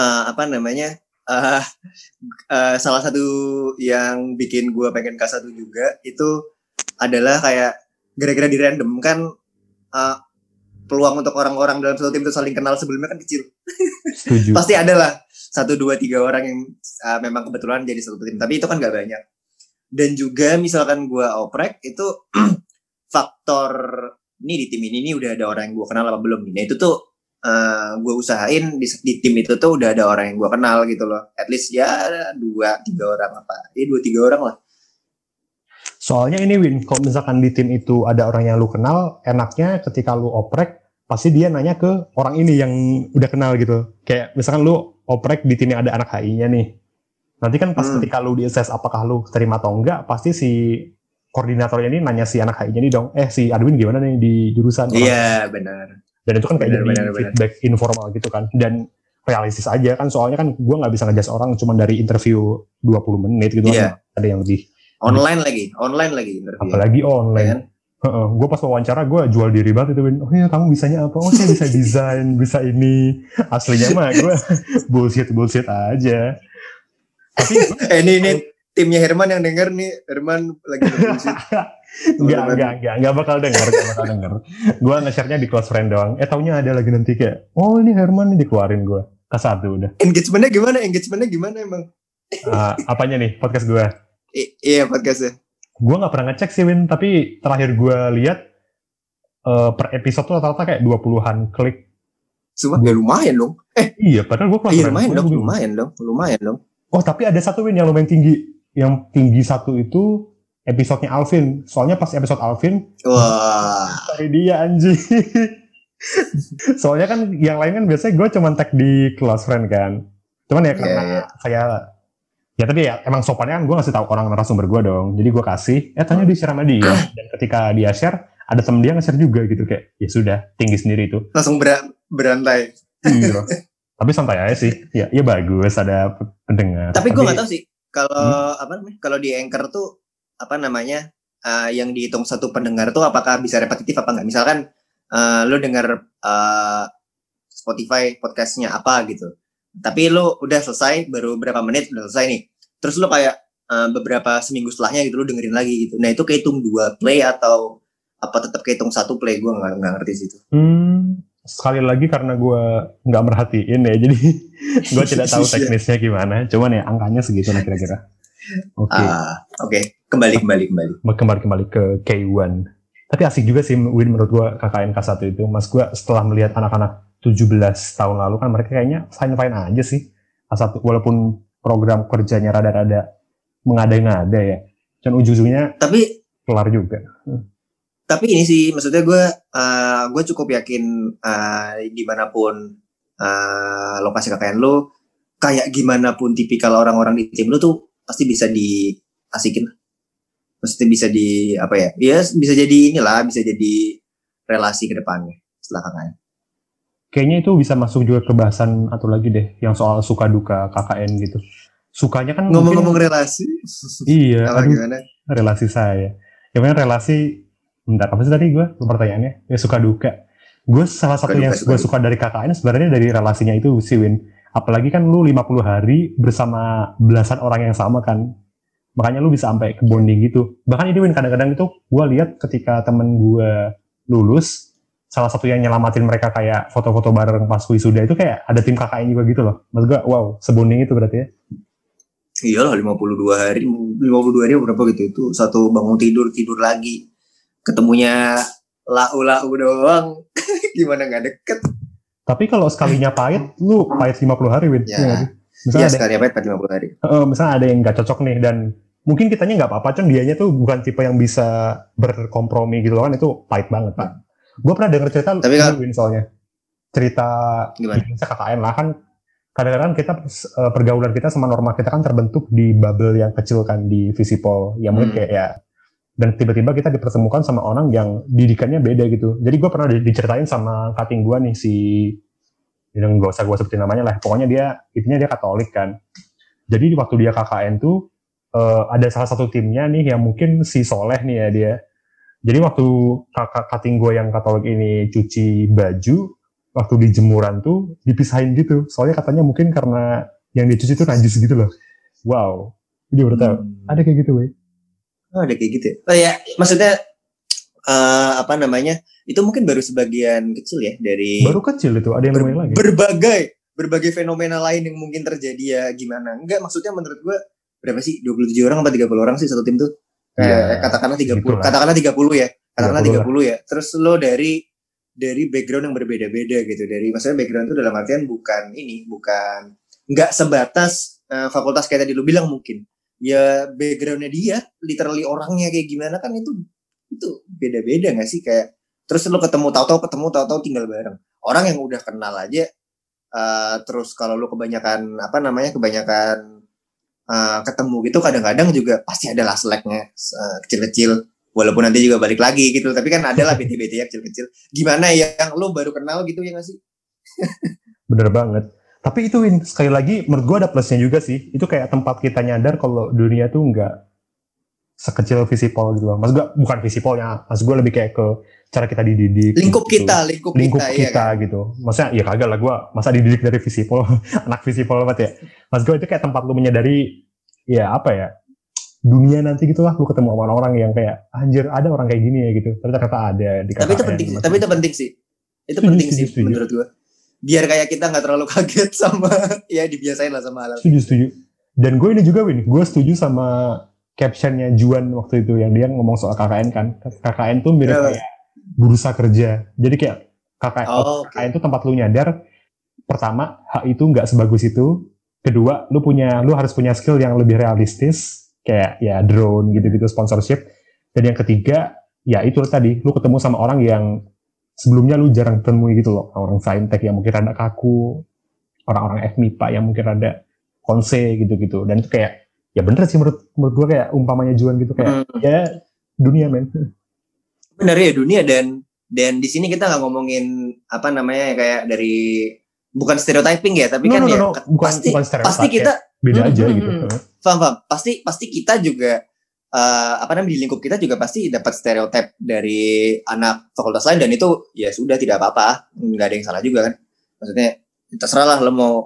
salah satu yang bikin gue pengen K1 juga itu adalah kayak gara-gara di random kan, peluang untuk orang-orang dalam satu tim itu saling kenal sebelumnya kan kecil. Setuju. Pasti ada lah 1, 2, 3 orang yang memang kebetulan jadi satu tim, tapi itu kan gak banyak. Dan juga misalkan gue oprek itu faktor ini di tim ini udah ada orang yang gue kenal apa belum. Nah itu tuh gue usahain di tim itu tuh udah ada orang yang gue kenal gitu loh. At least ya 2, 3 orang 2, 3 orang lah. Soalnya ini, Win, kalau misalkan di tim itu ada orang yang lu kenal, enaknya ketika lu oprek, pasti dia nanya ke orang ini yang udah kenal gitu. Kayak misalkan lu oprek di tim yang ada anak HI-nya nih. Nanti kan pas ketika lu di-assess apakah lu terima atau enggak, pasti si koordinatornya ini nanya si anak HI-nya nih dong, si Adwin gimana nih di jurusan? Iya, benar. Dan itu kan kayak jadi feedback informal gitu kan. Dan realistis aja kan, soalnya kan gue nggak bisa ngejudge orang cuma dari interview 20 menit gitu kan. Ada yang lebih online lagi interview. Apalagi online. Gue pas wawancara gue jual diri banget itu, Win. Oh ya, kamu bisanya apa? Oh, saya bisa desain, bisa ini. Aslinya mah gue bullshit aja. Tapi ini timnya Herman yang denger nih, Herman lagi bullshit. Enggak bakal denger. Gue nge-share-nya di close friend doang. Taunya ada lagi nanti kayak, oh ini Herman nih, dikeluarin gue. K1 udah. Engagementnya gimana emang? Apanya nih, podcast gue? Iya, podcastnya. Gue gak pernah ngecek sih, Win, tapi terakhir gue lihat per episode tuh rata-rata kayak 20-an klik. Sumpah, ya lumayan dong. Iya, padahal gue lumayan dong. Oh, tapi ada satu, Win, yang lumayan tinggi. Yang tinggi satu itu episodenya Alvin. Soalnya pas episode Alvin, wah, dari dia anjing. Soalnya kan yang lain kan biasanya gue cuma tag di close friend kan. Cuman ya karena saya ya, tapi ya emang sopannya kan gue ngasih tahu orang narasumber gue dong. Jadi gue kasih, tanya di-share sama dia. Dan ketika dia share, ada temen dia nge-share juga gitu. Kayak, ya sudah, tinggi sendiri itu. Langsung berantai. Iya. Tapi santai aja sih. Ya bagus ada pendengar. Tapi gue nggak tahu sih kalau kalau di Anchor tuh yang dihitung satu pendengar tuh apakah bisa repetitif apa nggak? Misalkan lo denger Spotify podcastnya apa gitu, tapi lo udah selesai baru berapa menit udah selesai nih, terus lo kayak beberapa seminggu setelahnya gitu lo dengerin lagi gitu. Nah itu kehitung 2 play atau apa tetap kehitung 1 play? Gue nggak ngerti sih itu. Sekali lagi karena gue nggak merhatiin ya, jadi gue tidak tahu teknisnya gimana. Cuman ya angkanya segitu lah kira-kira. Oke. Kembali ke K1. Tapi asik juga sih Win menurut gue KKN K1 itu. Mas gue setelah melihat anak-anak 17 tahun lalu kan mereka kayaknya fine-fine aja sih. K1 walaupun program kerjanya rada-rada mengada-ngada ya. Dan ujung-ujungnya kelar juga. Tapi ini sih maksudnya gue cukup yakin dimanapun lokasi KKN lo, kayak gimana pun tipikal orang-orang di tim lo tuh pasti bisa diasikin. Maksudnya bisa bisa jadi bisa jadi relasi ke depannya setelah KKN. Kayaknya itu bisa masuk juga ke bahasan atau lagi deh yang soal suka duka KKN gitu. Sukanya kan ngomong-ngomong relasi. Iya, gimana? Relasi saya. Ya memang relasi. Bentar, apa sih tadi gue pertanyaannya? Ya suka duka. Gue salah satu yang gue suka dari KKN sebenarnya dari relasinya itu si Win. Apalagi kan lu 50 hari bersama belasan orang yang sama kan. Makanya lu bisa sampai ke bonding gitu. Bahkan ini Win kadang-kadang itu gue lihat ketika temen gue lulus, salah satu yang nyelamatin mereka kayak foto-foto bareng pas wisuda itu kayak ada tim KKN juga gitu loh. Maksud gue, wow, sebonding itu berarti ya. Iyalah 52 hari berapa gitu. Itu satu bangun tidur lagi. Ketemunya lau-lau doang. Gimana gak deket? Tapi kalau sekalinya pahit, lu pahit 50 hari Win. Ya. Misalnya sekalinya pahit 50 hari. Misalnya ada yang gak cocok nih dan mungkin kitanya gak apa-apa, dianya tuh bukan tipe yang bisa berkompromi gitu kan, itu pahit banget Pak. Gue pernah denger cerita Win soalnya. Cerita KKN lah kan, kadang-kadang kita pergaulan kita sama norma kita kan terbentuk di bubble yang kecil kan di Visipol. Ya mungkin kayak ya, dan tiba-tiba kita dipertemukan sama orang yang didikannya beda gitu. Jadi gue pernah diceritain sama kating gue nih yang gak usah gue sebutin namanya lah. Pokoknya dia Katolik kan. Jadi waktu dia KKN tuh ada salah satu timnya nih yang mungkin si Soleh nih ya dia. Jadi waktu kating gue yang Katolik ini cuci baju, waktu di jemuran tuh dipisahin gitu. Soalnya katanya mungkin karena yang dicuci itu najis gitu loh. Wow. Dia baru tahu. Ada kayak gitu weh. Oh, ada kayak gitu ya? Oh ya, maksudnya itu mungkin baru sebagian kecil ya dari... Baru kecil itu, ada yang lumayan lagi. Berbagai fenomena lain yang mungkin terjadi ya gimana. Enggak, maksudnya menurut gue, berapa sih? 27 orang apa 30 orang sih satu tim tuh? Katakanlah 30. Gitulah. Katakanlah 30 ya. Katakanlah 30 ya. Terus lo dari background yang berbeda-beda gitu. Maksudnya background itu dalam artian bukan enggak sebatas fakultas kayak tadi lo bilang mungkin. Ya backgroundnya dia, literally orangnya kayak gimana kan itu beda-beda nggak sih kayak terus lo tahu-tahu tinggal bareng orang yang udah kenal aja, terus kalau lo kebanyakan ketemu gitu kadang-kadang juga pasti ada slack-nya kecil-kecil walaupun nanti juga balik lagi gitu tapi kan ada lah bete-bete kecil-kecil gimana yang lo baru kenal gitu ya nggak sih? Bener banget. Tapi itu sekali lagi menurut gue ada plusnya juga sih. Itu kayak tempat kita nyadar kalau dunia tuh nggak sekecil Visipol gitu loh. Maksud gue bukan Visipolnya, maksud gue lebih kayak ke cara kita dididik. Lingkup gitu. kita ya kan? Gitu. Maksudnya ya kagak lah gue masa dididik dari Visipol, anak Visipol banget ya. Maksud gue itu kayak tempat lu menyadari ya apa ya dunia nanti gitulah lu ketemu sama orang-orang yang kayak anjir ada orang kayak gini ya gitu. Ternyata ada di KKN. Tapi itu penting sih. Itu penting sih menurut gue. Biar kayak kita nggak terlalu kaget sama ya dibiasain lah sama hal. Setuju. Dan gue ini juga gue setuju sama captionnya Juan waktu itu yang dia ngomong soal KKN kan. KKN tuh mirip kayak bursa kerja. Jadi kayak KKN itu tempat lu nyadar pertama hak itu nggak sebagus itu. Kedua lu harus punya skill yang lebih realistis kayak ya drone gitu-gitu sponsorship. Dan yang ketiga ya itu tadi lu ketemu sama orang yang sebelumnya lu jarang temui gitu loh, orang saintek yang mungkin rada kaku, orang-orang FMIPA yang mungkin rada konse gitu-gitu, dan itu kayak ya bener sih menurut gue kayak umpamanya Juan gitu kayak ya dunia men. Bener ya dunia dan Dan di sini kita nggak ngomongin apa namanya kayak dari bukan stereotyping ya, tapi kan ya bukan pasti kita beda aja gitu. Paham. Pasti kita juga apa namanya di lingkup kita juga pasti dapat stereotip dari anak fakultas lain, dan itu ya sudah tidak apa-apa, nggak ada yang salah juga kan. Maksudnya terserah lah lo mau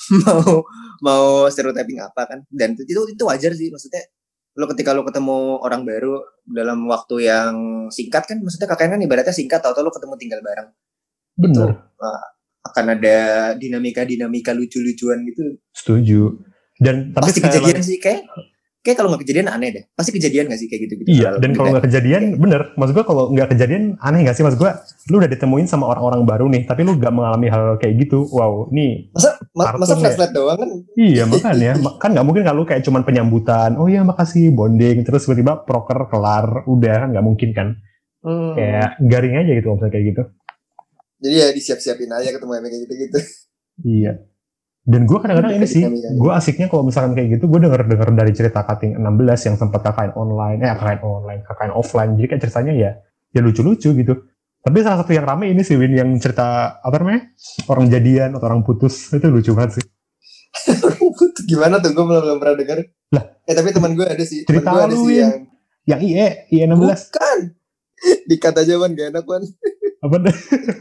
mau stereotyping apa kan, dan itu wajar sih. Maksudnya ketika lo ketemu orang baru dalam waktu yang singkat kan, maksudnya KKN kan ibaratnya singkat, atau lo ketemu tinggal bareng. Bener. Itu akan ada dinamika lucu-lucuan gitu. Setuju. Dan tapi pasti kejadian sih kayak kalau nggak kejadian aneh deh. Pasti kejadian nggak sih kayak gitu? Iya. Dan kalau nggak kejadian, bener. Maksud gue kalau nggak kejadian aneh nggak sih? Maksud gue, lu udah ditemuin sama orang-orang baru nih, tapi lu nggak mengalami hal kayak gitu. Wow, nih. Masa flat doang kan? Iya makanya, kan nggak mungkin kalau kayak cuman penyambutan. Oh iya makasih bonding, terus tiba-tiba proker kelar, udah kan nggak mungkin kan? Kayak garing aja gitu misalnya kayak gitu. Jadi ya disiap-siapin aja ketemu kayak gitu-gitu. Iya. Dan gue kadang-kadang ini sih, gue asiknya kalau misalkan kayak gitu, gue denger dari cerita Cutting 16 yang sempat KKN offline. Jadi kayak ceritanya ya lucu-lucu gitu. Tapi salah satu yang rame ini sih Win, yang cerita apa namanya, orang jadian atau orang putus, itu lucu banget sih. Gimana tuh? Gue belum pernah denger. Lah, tapi teman gue ada sih. Cerita lu Win, yang IE 16. Bukan. Dikat aja Wan, gak enak Wan. Apa deh?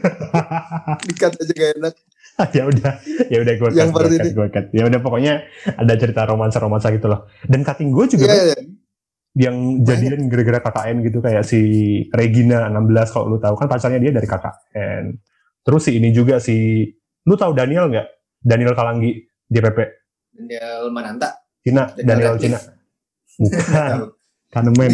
Dikat aja gak enak. ya udah gue cut. Ya udah pokoknya ada cerita romansa gitu loh. Dan cutting gue juga yang jadian gara-gara KKN gitu, kayak si Regina 16, kalau lu tahu kan pacarnya dia dari KKN. Terus si ini juga lu tahu Daniel nggak? Daniel Kalanggi DPP. Daniel Mananta. Daniel Cina. Bukan. Kanemen.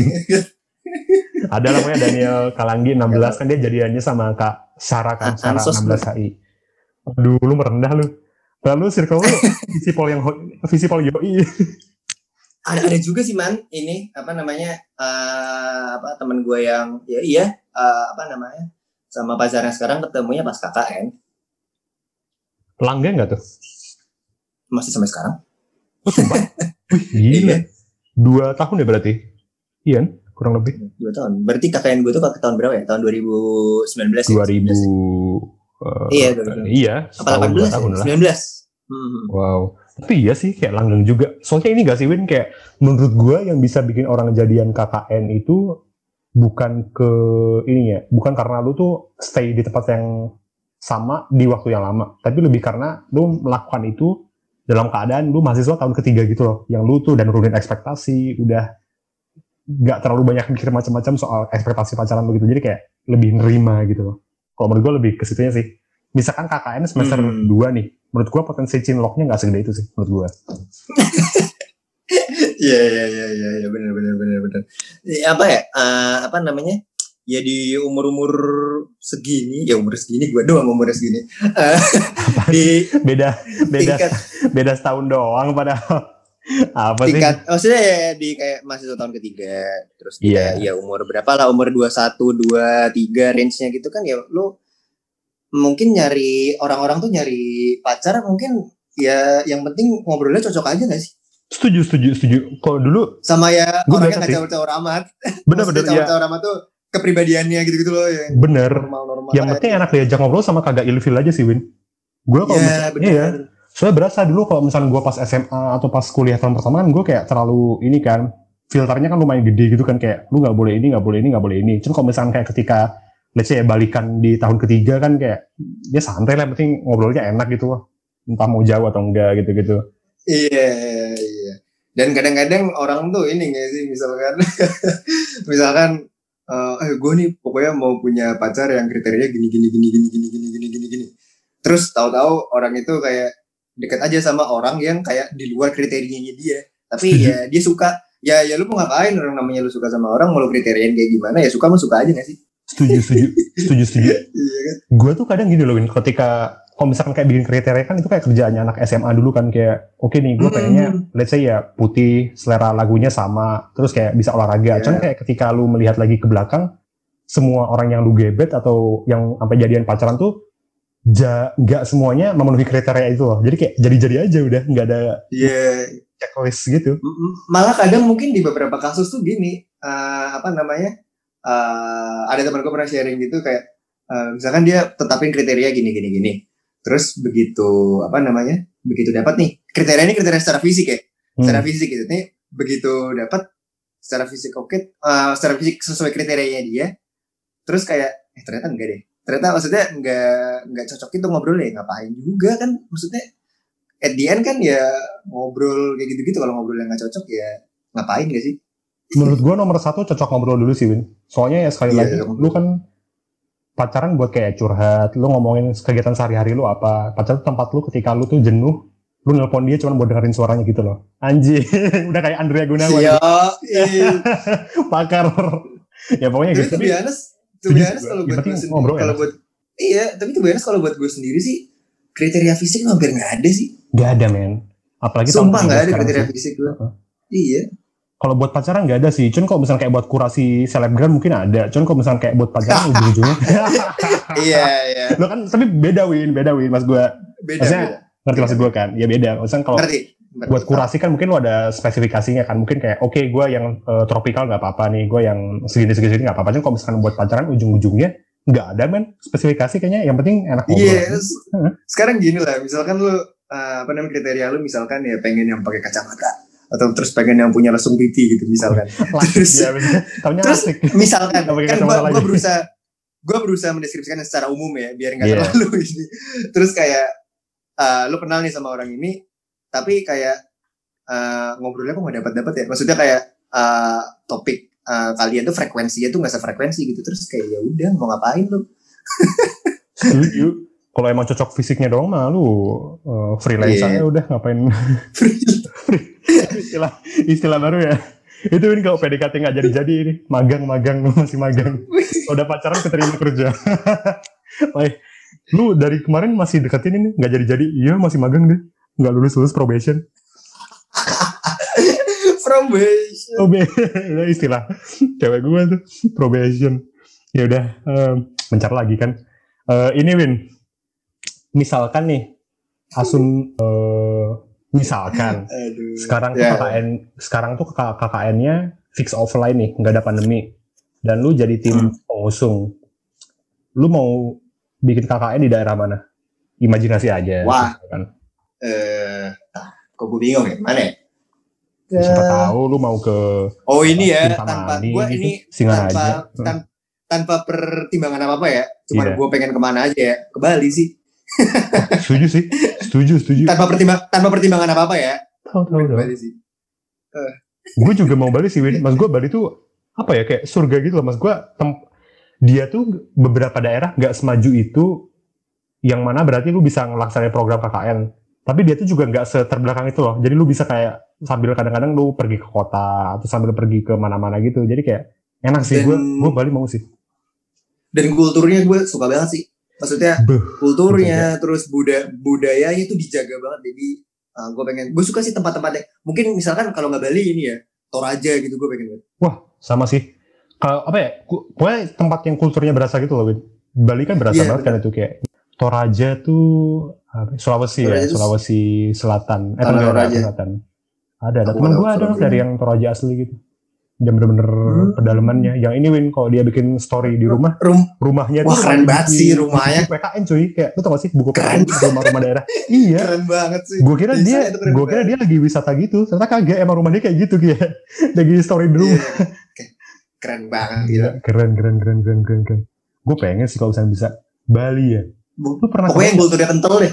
Ada namanya Daniel Kalanggi 16, kan dia jadiannya sama Kak Sarah kan, Sarah 16 HI. Aduh, lu merendah lu. Lalu circle lu visipol yoi. Ada juga sih man, ini apa namanya teman gue yang apa namanya sama pacarnya sekarang ketemunya pas KKN. Langgeng nggak tuh? Masih sampai sekarang. Oh sumpah. Wih gila. 2 tahun ya berarti? Iya, kurang lebih. 2 tahun. Berarti KKN gue tuh tahun berapa ya? Tahun 2019 ya? 2000. Iya. Apa 18 tahun lah. 19. Wow. Tapi iya sih kayak langgeng juga. Soalnya ini gak sih Win, kayak menurut gue yang bisa bikin orang jadian KKN itu bukan bukan karena lu tuh stay di tempat yang sama di waktu yang lama, tapi lebih karena lu melakukan itu dalam keadaan lu mahasiswa tahun ketiga gitu loh, yang lu tuh udah nurunin ekspektasi, udah gak terlalu banyak mikir macam-macam soal ekspektasi pacaran lu gitu, jadi kayak lebih nerima gitu loh. Kalau menurut gue lebih ke situnya sih. Misalkan KKN semester 2 nih, menurut gue potensi cinloknya nggak segede itu sih menurut gue. Iya benar. Apa ya? Apa namanya? Ya di umur segini, gue doang umur segini. Beda setahun doang padahal. Apa sih? Maksudnya ya di kayak mahasiswa tahun ketiga, terus ya umur berapa lah, umur 21, 23 range-nya gitu kan, ya lu mungkin nyari orang-orang tuh nyari pacar mungkin ya yang penting ngobrolnya cocok aja gak sih? Setuju. Kalau dulu sama ya orangnya gak caur-caur amat. Bener-bener caur-caur amat tuh kepribadiannya gitu-gitu loh ya. Bener. Normal yang penting enak diajak ngobrol sama kagak ilfil aja sih Win. Gue kalau misalnya soalnya berasa dulu kalau misalnya gue pas SMA atau pas kuliah tahun pertama kan gue kayak terlalu ini kan, filternya kan lumayan gede gitu kan, kayak lu nggak boleh ini. Cuma kalau misalnya kayak ketika let's say balikan di tahun ketiga kan kayak ya santai lah, penting ngobrolnya enak gitu loh, entah mau jauh atau enggak gitu. Iya. Dan kadang-kadang orang tuh ini nggak sih, misalkan gue nih pokoknya mau punya pacar yang kriterianya gini. Terus tahu-tahu orang itu kayak dekat aja sama orang yang kayak di luar kriterianya dia. Tapi ya dia suka. Ya lu mau ngapain, orang namanya lu suka sama orang, mau lu kriteriain kayak gimana, ya suka aja gak sih? Setuju. Iya kan? Gue tuh kadang gini loh Win, ketika kalau misalkan kayak bikin kriteria kan itu kayak kerjaannya anak SMA dulu kan, kayak oke nih gue pengennya let's say ya putih, selera lagunya sama, terus kayak bisa olahraga. Cuman kayak ketika lu melihat lagi ke belakang, semua orang yang lu gebet atau yang sampai jadian pacaran tuh nggak semuanya memenuhi kriteria itu loh. Jadi kayak jadi aja udah nggak ada checklist gitu. Malah kadang mungkin di beberapa kasus tuh gini, ada teman gue pernah sharing gitu kayak misalkan dia tetapin kriteria gini. Terus begitu begitu dapat nih kriteria ini kriteria secara fisik ya, secara fisik gitu nih, begitu dapat secara fisik secara fisik sesuai kriterianya dia, terus kayak ternyata enggak deh, ternyata maksudnya enggak cocok itu ngobrolnya, ngapain juga kan, maksudnya at the end kan ya ngobrol kayak gitu-gitu, kalau ngobrol yang nggak cocok ya ngapain gak sih? Menurut gue nomor 1 cocok ngobrol dulu sih, Win. Soalnya ya sekali lagi lu kan pacaran buat kayak curhat, lu ngomongin kegiatan sehari-hari lu apa. Pacaran tempat lu ketika lu tuh jenuh, lu nelpon dia cuma buat dengerin suaranya gitu loh. Anjing, udah kayak Andrea Gunawan. Iya. Pakar. Ya pokoknya gitu. Tapi to be honest kalau buat gue sendiri, kalau buat gue sendiri sih kriteria fisik hampir nggak ada sih. Nggak ada, men. Apalagi sumpah nggak ada kriteria fisik gue. Iya. Kalau buat pacaran nggak ada sih. Cuman kalau misalnya kayak buat kurasi selebgram mungkin ada. Cuman kalau misalnya kayak buat pacaran ujung-ujungnya. Iya. Lo kan tapi beda Win mas gue. Maksudnya ngerti maksud gue kan? Ya beda. Maksudnya kalau buat kurasi kan mungkin lo ada spesifikasinya kan. Mungkin kayak oke, gue yang tropikal nggak apa-apa nih. Gue yang segini nggak apa-apa. Cuman kalau misalkan buat pacaran ujung-ujungnya nggak ada, men. Spesifikasi kayaknya yang penting enak ngobrol. Iya. Sekarang gini lah. Misalkan lo kriteria lo misalkan ya pengen yang pakai kacamata, atau terus pengen yang punya lesung pipi gitu misalkan. Terus misalkan kan gue berusaha mendeskripsikan secara umum ya, biar nggak terlalu ini. Terus kayak lu kenal nih sama orang ini, tapi kayak ngobrolnya kok nggak dapat ya. Maksudnya kayak topik kalian tuh frekuensinya tuh nggak sefrekuensi gitu. Terus kayak ya udah mau ngapain lu? Setuju. Kalau emang cocok fisiknya doang mah lu freelance aja udah, ngapain. istilah baru ya. Itu ini kalau PDKT nggak jadi ini magang masih magang. Udah pacaran keterima kerja. Lu dari kemarin masih deketin ini nggak jadi, iya masih magang deh, nggak lulus probation. Istilah cewek gue tuh probation. Ya udah mencar lagi kan. Ini Win, misalkan nih Asun misalkan sekarang tuh sekarang tuh KKN-nya fix offline nih, nggak ada pandemi, dan lu jadi tim pengusung, lu mau bikin KKN di daerah mana? Imajinasi aja. Wah, kok gue bingung ya, mana ya? Siapa tahu lu mau ke ini ya, tanpa gue gitu, ini tanpa pertimbangan apa ya, cuma gue pengen kemana aja ya, ke Bali sih. Setuju. Tanpa pertimbangan apa ya. Tahu. Gue juga mau Bali sih, Win. Mas gue Bali tuh apa ya, kayak surga gitu loh. Mas gue dia tuh beberapa daerah nggak semaju itu, yang mana berarti lu bisa ngelaksanain program KKN. Tapi dia tuh juga nggak seterbelakang itu loh. Jadi lu bisa kayak sambil kadang-kadang lu pergi ke kota atau sambil pergi ke mana-mana gitu. Jadi kayak enak sih. Gue Bali mau sih. Dan kulturnya gue suka banget sih. Maksudnya kulturnya, terus budayanya tuh dijaga banget. Jadi gue suka sih tempat-tempatnya. Mungkin misalkan kalau nggak Bali ini ya Toraja gitu, gue pengen banget. Wah, sama sih. Kalau apa ya, pokoknya tempat yang kulturnya berasa gitu loh, Win. Bali kan berasa banget kan itu, kayak Toraja tuh Sulawesi Selatan. Toraja Selatan. Ada teman gue ada dari yang Toraja asli gitu. Dia bener-bener pedalamannya. Yang ini Win, kalau dia bikin story di rumahnya tuh keren banget sih rumahnya. PKN cuy, kayak lu tau gak sih buku PKN rumah-rumah daerah. Iya. Keren banget sih. Gue kira dia lagi wisata gitu, ternyata kagak, emang rumahnya kayak gitu kayak lagi story di rumah. Keren banget gitu. Keren. Gue pengen sih kalau misalnya bisa Bali ya. Lu pernah pokoknya yang kulturnya kental deh.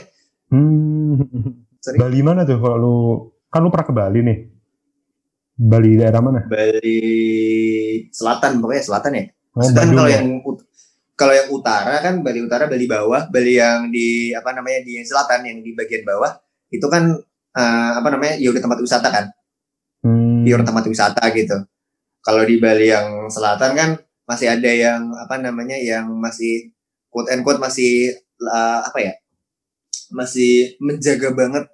Bali mana tuh kalau lu, kan lu pernah ke Bali nih. Bali daerah mana? Bali Selatan, pokoknya selatan ya. Maksudnya kalau yang utara kan Bali Utara, Bali Bawah, Bali yang di di yang selatan, yang di bagian bawah itu kan ya udah tempat wisata kan. Pure tempat wisata gitu. Kalau di Bali yang selatan kan masih ada yang yang masih quote and quote masih masih menjaga banget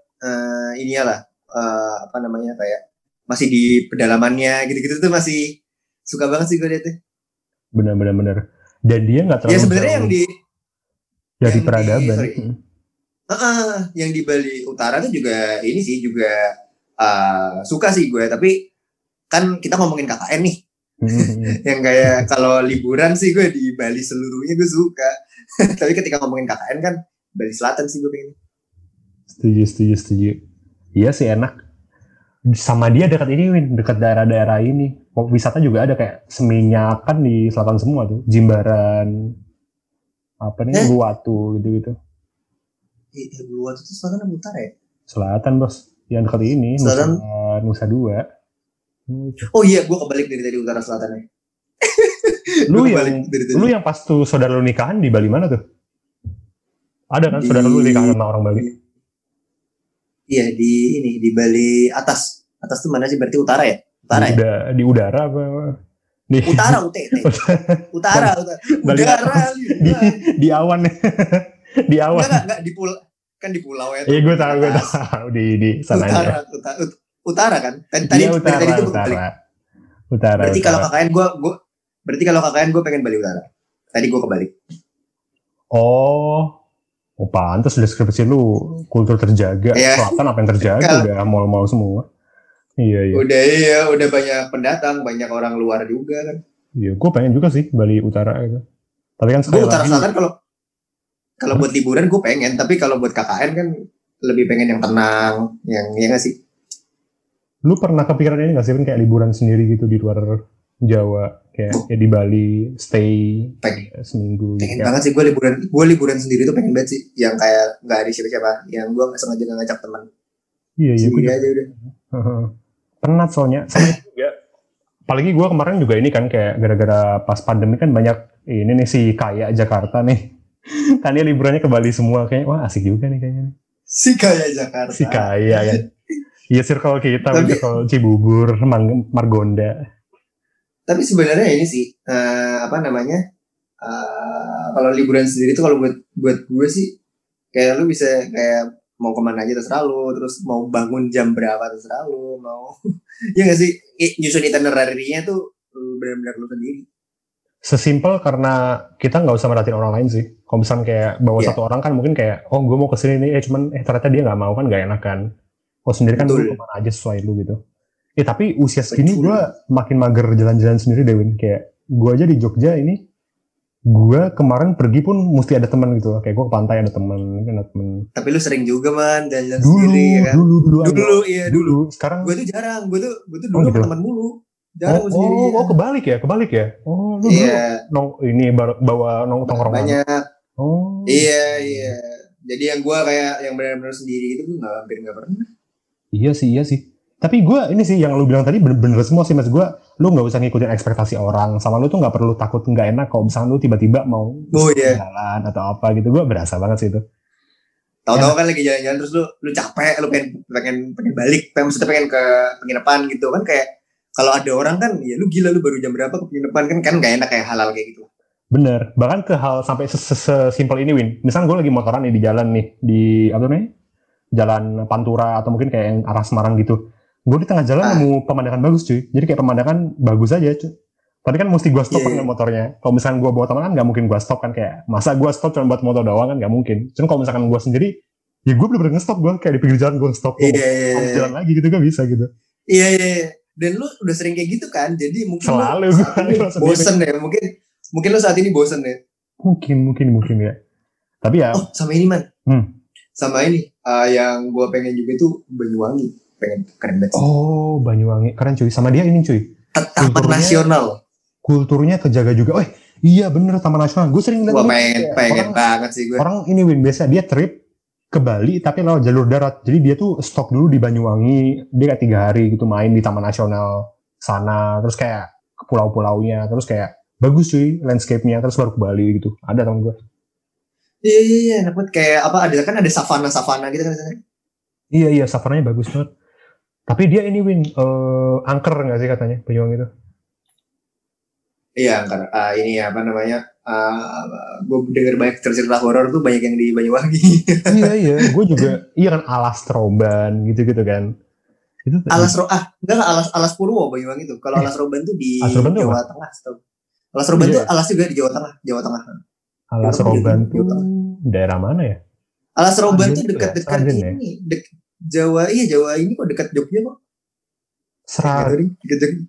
kayak masih di pedalamannya gitu-gitu tuh, masih suka banget sih gue liat tuh. Bener. Dan dia nggak terlalu. Ya sebenarnya dari peradaban. Yang di Bali Utara tuh juga ini sih juga suka sih gue, tapi kan kita ngomongin KKN nih. Yang kayak kalau liburan sih gue di Bali seluruhnya gue suka. Tapi ketika ngomongin KKN kan Bali Selatan sih gue pengen. Setuju. Iya sih enak. Sama dia dekat ini Win, dekat daerah-daerah ini. Wisata juga ada kayak Seminyak kan di selatan semua tuh, Jimbaran, apa nih, Uluwatu gitu-gitu. Uluwatu itu selatan atau utara ya? Selatan bos, yang dekat ini Nusa Dua. Oh iya, gue kebalik dari tadi utara selatannya. Lu yang pas tuh saudara lu nikahan di Bali mana tuh? Ada kan saudara lu nikahan sama orang Bali? Iya di Bali atas. Atas tuh mana sih? Berarti utara ya? Utara ya? Di udara apa? Utara UTT. Utara. Bali udara. Di awan. Di awan. Enggak di pulau. Kan di pulau ya. Iya gue tahu di sana. Utara kan? Tadi itu Utara. Berarti kalau KKN gue pengen Bali Utara. Tadi gue kebalik. Oh, pantas deskripsi lu kultur terjaga. Selatan apa yang terjaga udah mal-mal semua. Iya. Udah banyak pendatang, banyak orang luar juga kan. Iya, gue pengen juga sih Bali Utara itu. Tapi kan sekali lagi Utara Selatan kalau buat liburan gue pengen, tapi kalau buat KKN kan lebih pengen yang tenang, yang ya nggak sih? Lu pernah kepikiran ini nggak sih kayak liburan sendiri gitu di luar Jawa, kayak di Bali, stay seminggu? Pengen banget sih gue liburan sendiri tuh pengen banget sih, yang kayak nggak ada siapa-siapa, yang gue nggak sengaja ngajak teman. Iya, gue aja udah. Penat soalnya, sama juga. Apalagi gue kemarin juga ini kan kayak gara-gara pas pandemi kan banyak ini nih si Kaya Jakarta nih. Kan dia liburannya ke Bali semua, kayaknya wah asik juga nih kayaknya. Si Kaya Jakarta. Si Kaya kan. Iya circle kita, circle Cibubur, Margonda. Tapi sebenarnya ini sih kalau liburan sendiri tuh kalau buat gue sih kayak lu bisa kayak mau kemana aja terserah lu, terus mau bangun jam berapa terserah lu, mau ya nggak sih nyusun itinerary-nya tuh benar-benar lu sendiri. Sesimpel karena kita nggak usah merhatiin orang lain sih. Kalau misalnya kayak bawa satu orang kan mungkin kayak gue mau kesini nih, cuman ternyata dia nggak mau kan nggak enak kan. Kalau sendiri kan lu kemana aja sesuai lu gitu. Tapi usia segini gue makin mager jalan-jalan sendiri deh Win. Kayak gue aja di Jogja ini, gue kemarin pergi pun mesti ada teman gitu. Kayak gue ke pantai ada teman. Tapi lu sering juga man jalan-jalan sendiri ya kan? Dulu. Sekarang gue tuh jarang. Gue tuh dulu gitu? Teman mulu. Jarang sendiri. Kebalik ya? Oh, lu dulu ini bawa nongkrong banyak. Oh. Iya. Jadi yang gue kayak yang benar-benar sendiri itu gue hampir nggak pernah. Iya sih. Tapi gue ini sih yang lu bilang tadi bener semua sih mas gue. Lu nggak usah ngikutin ekspektasi orang. Sama lu tuh nggak perlu takut nggak enak kalau misalnya lu tiba-tiba mau jalan atau apa gitu. Gue berasa banget sih itu. Tahu-tahu kan lagi jalan-jalan terus lu capek, lu pengen balik, maksudnya pengen ke penginapan gitu kan kayak kalau ada orang kan ya lu gila lu baru jam berapa ke penginapan kan nggak enak kayak halal kayak gitu. Bener, bahkan ke hal sampai sesimpel ini Win. Misalnya gue lagi motoran nih di jalan nih di apa namanya? Jalan Pantura atau mungkin kayak yang arah Semarang gitu. Gue di tengah jalan nemu pemandangan bagus cuy. Jadi kayak pemandangan bagus aja cuy. Tapi kan mesti gue stop kan motornya. Kalau misalkan gue bawa teman kan nggak mungkin gue stop kan kayak masa gue stop cuma buat motor doang kan nggak mungkin. Cuman kalau misalkan gue sendiri, ya gue bener-bener nge-stop gue kayak di pinggir jalan gue stop. Jalan lagi gitu kan bisa gitu. Iya. Dan lu udah sering kayak gitu kan. Jadi mungkin selalu lu bosen ya. Mungkin lu saat ini bosen ya. Mungkin ya. Tapi ya. Oh sama ini man. Sama ini yang gue pengen juga itu Banyuwangi, pengen keren banget. Oh Banyuwangi keren cuy, sama dia ini cuy. Taman nasional. Kulturnya kejaga juga. Iya bener Taman Nasional. Gue sering lihat. Gue pengen banget sih gue. Orang ini Win biasa dia trip ke Bali tapi lewat jalur darat. Jadi dia tuh stop dulu di Banyuwangi. Dia kayak 3 hari gitu main di Taman Nasional sana. Terus kayak ke pulau-pulaunya. Terus kayak bagus cuy landscape-nya. Terus baru ke Bali gitu. Ada temen gue. Iya, enak banget kayak apa ada savana gitu kan sana. Iya, savananya bagus banget. Tapi dia ini Win angker nggak sih katanya Banyuwangi itu? Iya angker. Ini apa namanya? Gue denger banyak cerita horor tuh banyak yang di Banyuwangi. iya, gue juga iya kan Alas Troban gitu kan. Itu Alas Purwo Banyuwangi itu. Kalau Alas Roban tuh di Jawa Tengah. Alas Roban tuh alas juga di Jawa Tengah. Alas Roban tuh daerah mana ya? Alas Roban tuh dekat-dekat ini, Jawa ini kok dekat Jogja kok. Seragen.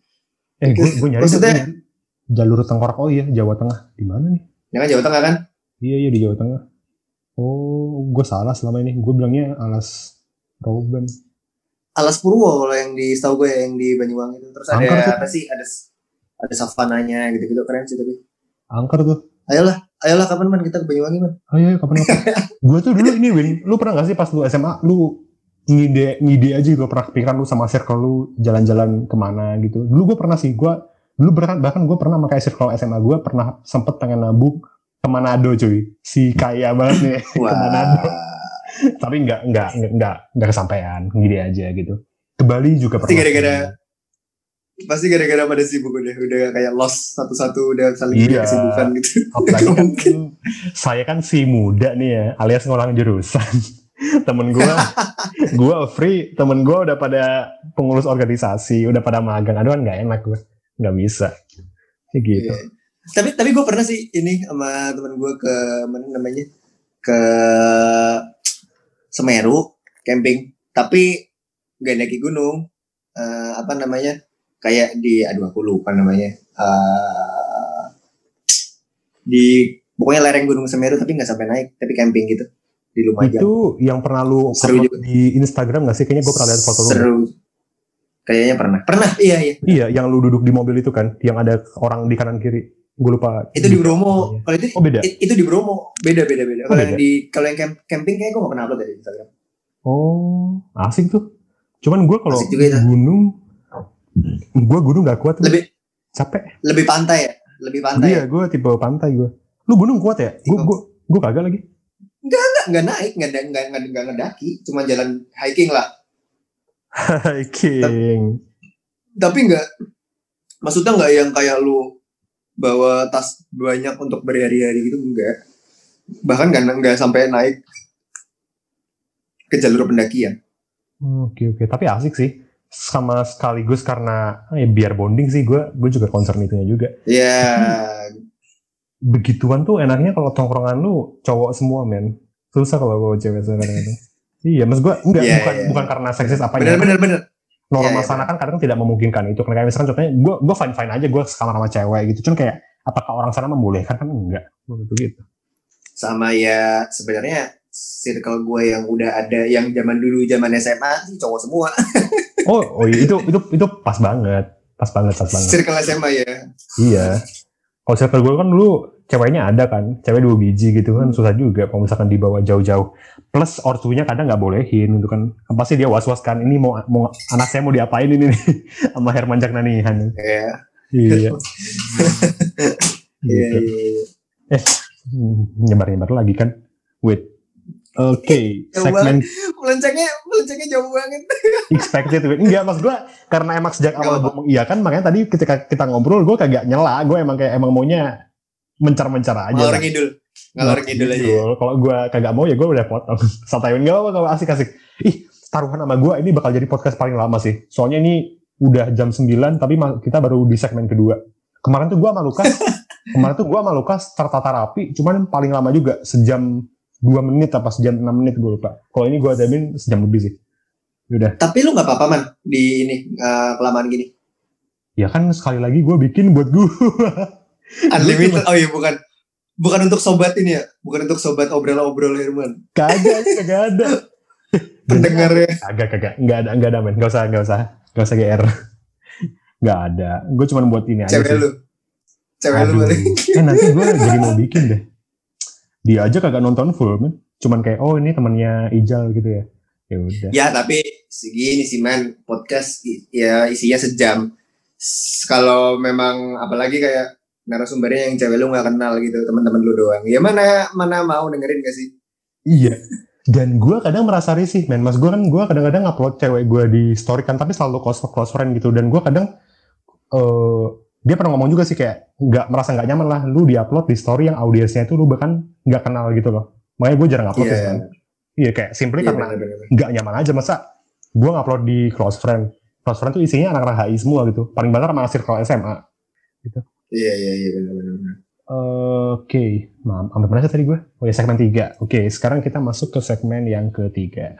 Gue nyari jalur Tengkorak. Oh iya, Jawa Tengah. Di mana nih? Ya kan Jawa Tengah kan? Iya di Jawa Tengah. Oh, gue salah selama ini. Gue bilangnya Alas Roban. Alas Purwo kalau yang di setahu gue yang di Banyuwangi itu. Terus Angker tuh. ada apa sih? Ada savananya gitu-gitu, keren sih tapi. Angker tuh. Ayolah kapan man kita ke Banyuwangi man? Ayo kapan-kapan. Gue tuh dulu ini Win, lu pernah gak sih pas lu SMA, lu ngide aja gitu, pernah kepikiran lu sama circle lu jalan-jalan kemana gitu. Dulu gue pernah sih, dulu bahkan gue pernah pakai circle SMA gue pernah sempet pengen nabung ke Manado cuy. Si kaya banget nih ke Manado. Tapi nggak kesampaian, ngide aja gitu. Ke Bali juga pasti pernah. Pasti gara-gara pada sibuk udah kayak lost satu-satu, udah saling punya kesibukan gitu. Apalagi kan saya kan si muda nih ya, alias ngolang jurusan. Temen gue free, temen gue udah pada pengurus organisasi, udah pada magang. Aduh kan nggak enak gue, nggak bisa. Kayak gitu. Tapi gue pernah sih ini sama temen gue ke mana namanya, ke Semeru camping, tapi nggak naik gunung. Apa namanya? Kayak aku lupa namanya, di pokoknya lereng Gunung Semeru tapi nggak sampai naik, tapi camping gitu di Lumajang. Itu yang pernah lu seru juga di Instagram nggak sih? Kayaknya gue pernah lihat foto lu. Seru. Kayaknya pernah. Iya, yang lu duduk di mobil itu kan, yang ada orang di kanan kiri. Gue lupa. Itu di Bromo. Kalau itu beda. Itu di Bromo. Beda. Kalau yang camping kayak gue nggak pernah upload dari Instagram. Oh, asik tuh. Cuman gue kalau gunung gak kuat. Capek. Lebih pantai ya? Iya, gue tipe pantai gue. Lu gunung kuat ya? Gue kagak lagi. Enggak naik, enggak ngedaki, cuma jalan hiking lah. Hiking. Tapi enggak, maksudnya enggak yang kayak lu bawa tas banyak untuk berhari-hari gitu, enggak. Bahkan enggak sampai naik ke jalur pendakian. Oke. Tapi asik sih. Sama sekaligus karena biar bonding sih, gue juga concern itunya juga. Iya. Begituan tuh enaknya kalau tongkrongan lu cowok semua men. Susah kalau bawa cewek kadang-kadang. Iya, maksud gue bukan karena seksis apa ya. Bener. Normal sana kan kadang tidak memungkinkan itu. Kayak misalkan contohnya gue fine aja gue sekamar sama cewek gitu. Cuman kayak apakah orang sana membolehkan kan enggak gitu. Sama ya sebenarnya circle gue yang udah ada yang zaman SMA sih cowok semua. Oh itu pas banget. Circle SMA ya. Iya. Kalau circle gue kan dulu ceweknya ada kan, cewek 2 biji gitu kan, susah juga kalau misalkan dibawa jauh-jauh. Plus ortunya kadang nggak bolehin gitu kan. Pasti dia was-was kan, ini mau anak saya mau diapain ini nih sama Herman Jagnanihan. Iya. Gitu. Nyebar lagi kan. Wait. Oke, segmen melencengnya jauh banget. Expected. Enggak, mas gue karena emang sejak awal gue mengiyakan, makanya tadi ketika kita ngobrol gue kagak nyela, gue emang maunya mencar aja. Ngalor ngidul aja. Kalau gue kagak mau ya gue udah potong. Santaiin enggak apa-apa, asik. Ih, taruhan sama gue ini bakal jadi podcast paling lama sih. Soalnya ini udah jam 9 tapi kita baru di segmen kedua. Kemarin tuh gue sama Lukas tertata rapi, cuman paling lama juga sejam 2 menit apa sejam 6 menit gue lupa. Kalau ini gue adamin sejam lebih sih. Udah. Tapi lu nggak apa-apa man di ini kelamaan gini. Ya kan sekali lagi gue bikin buat gue. Unlimited. Oh iya bukan untuk sobat ini ya, bukan untuk sobat obrol Herman. Kagak ada. Pendengarnya. Kagak. Nggak ada men. Nggak usah GR. Nggak ada. Gue cuma buat ini aja. Cewek lu balik. Nanti gue jadi mau bikin deh. Dia aja kagak nonton full men. Cuman kayak ini temannya Ijal gitu ya. Ya udah. Ya tapi segini sih man, podcast ya isinya sejam. Kalau memang apalagi kayak narasumbernya yang cewek lu nggak kenal gitu, teman-teman lu doang. Ya mana mau dengerin gak sih? Iya. Dan gue kadang merasa risih men. Mas gue kadang-kadang upload cewek gue di story kan, tapi selalu close friend gitu. Dan gue kadang dia pernah ngomong juga sih kayak merasa nggak nyaman lah lu diupload di story yang audiensnya itu lu bahkan nggak kenal gitu loh. Makanya gue jarang upload kan. Iya kayak simply karena nggak nyaman aja. Masa gue ngupload di close friend tuh isinya anak-anak HI semua gitu. Paling banyak sama circle SMA gitu. Iya benar. Oke. Sampai mana sih tadi gue? Oh ya segmen 3. Oke, sekarang kita masuk ke segmen yang ketiga.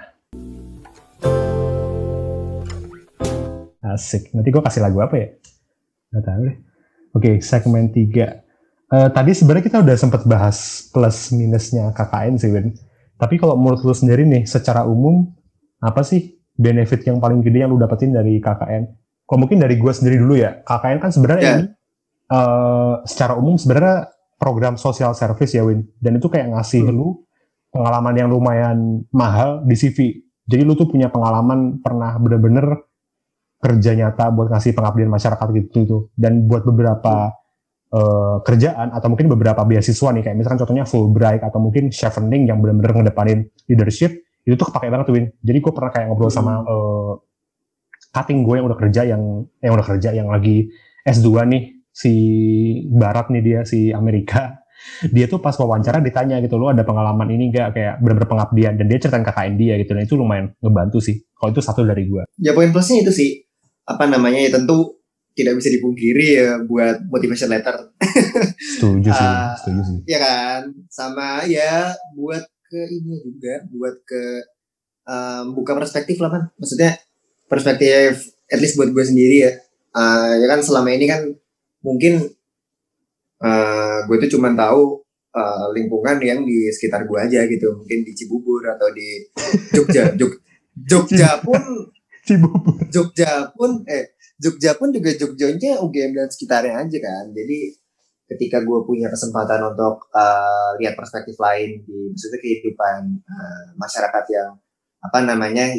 Asik. Nanti gue kasih lagu apa ya? Nggak tahu deh. Oke, segmen 3. Tadi sebenarnya kita udah sempat bahas plus minusnya KKN sih, Win. Tapi kalau menurut lu sendiri nih, secara umum, apa sih benefit yang paling gede yang lu dapetin dari KKN? Kalau mungkin dari gue sendiri dulu ya, KKN kan sebenarnya ini Ya. secara umum sebenarnya program social service ya, Win. Dan itu kayak ngasih Hmm. lu pengalaman yang lumayan mahal di CV. Jadi lu tuh punya pengalaman pernah bener-bener kerja nyata buat ngasih pengabdian masyarakat gitu tuh. Dan buat beberapa kerjaan atau mungkin beberapa beasiswa nih, kayak misalkan contohnya Fulbright atau mungkin Chevening yang benar-benar ngedepanin leadership, itu tuh kepake banget tuh, Win. Jadi gue pernah kayak ngobrol sama Hmm. cutting gue yang udah kerja, yang lagi S2 nih, si Barat nih, dia si Amerika. Dia tuh pas wawancara ditanya gitu, lo ada pengalaman ini gak, kayak bener-bener pengabdian, dan dia ceritain KKN dia gitu, dan itu lumayan ngebantu sih. Kalau itu satu dari gue. Ya poin plusnya itu sih, apa namanya, ya tentu tidak bisa dipungkiri ya buat motivation letter. Setuju sih, uh, setuju sih. Ya kan, sama ya buat ke ini juga, buat ke buka perspektif lah kan. Maksudnya perspektif, at least buat gue sendiri ya. Ya kan selama ini kan mungkin gue tuh cuma tahu lingkungan yang di sekitar gue aja gitu, mungkin di Cibubur atau di Jogja. Jogja pun Cibubur. Jogja pun juga Jogjanya UGM dan sekitarnya aja kan. Jadi ketika gue punya kesempatan untuk lihat perspektif lain di maksudnya kehidupan masyarakat yang apa namanya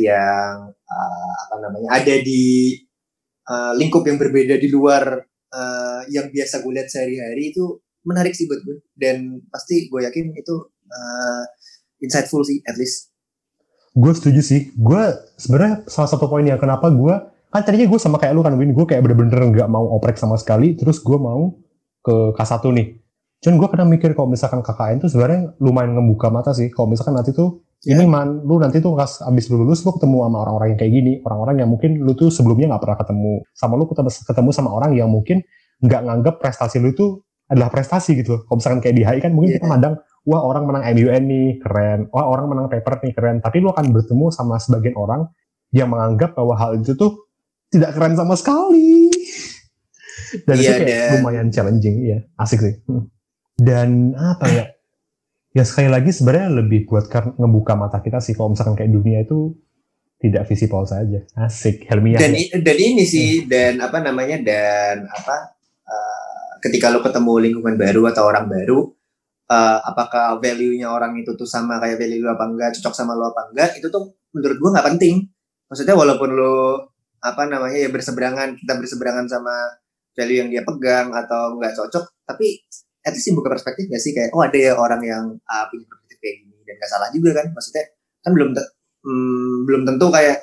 ada di lingkup yang berbeda di luar yang biasa gue lihat sehari-hari, itu menarik sih buat gue, dan pasti gue yakin itu insightful sih, at least. Gue setuju sih. Gue sebenarnya salah satu poinnya kenapa gue, kan tadinya gue sama kayak lu kan, Win, gue kayak bener-bener nggak mau oprek sama sekali, terus gue mau ke K1 nih. Cuman gue kadang mikir kalau misalkan KKN tuh sebenarnya lumayan ngebuka mata sih. Kalau misalkan nanti tuh ini man, lu nanti tuh abis lu lulus, lu ketemu sama orang-orang yang kayak gini, orang-orang yang mungkin lu tuh sebelumnya nggak pernah ketemu, sama lu ketemu sama orang yang mungkin nggak nganggap prestasi lu itu adalah prestasi gitu. Kalau misalkan kayak di HI kan mungkin kita mandang, wah orang menang MUN nih keren, wah orang menang paper nih keren, tapi lu akan bertemu sama sebagian orang yang menganggap bahwa hal itu tuh tidak keren sama sekali. Dan itu kayak lumayan challenging, ya asik sih. Dan apa ya, ya sekali lagi sebenarnya lebih buat ngebuka mata kita sih, kalau misalkan kayak dunia itu tidak visible saja. Asik, Helmiah. Dan ini sih, dan apa namanya, dan apa ketika lo ketemu lingkungan baru atau orang baru, apakah value-nya orang itu tuh sama kayak value lo apa enggak, cocok sama lo apa enggak, itu tuh menurut gue nggak penting. Maksudnya walaupun lo apa namanya ya kita berseberangan sama value yang dia pegang atau nggak cocok, tapi at least buka perspektif nggak sih, kayak oh ada ya orang yang punya perspektif kayak gini, dan nggak salah juga kan. Maksudnya kan belum tentu kayak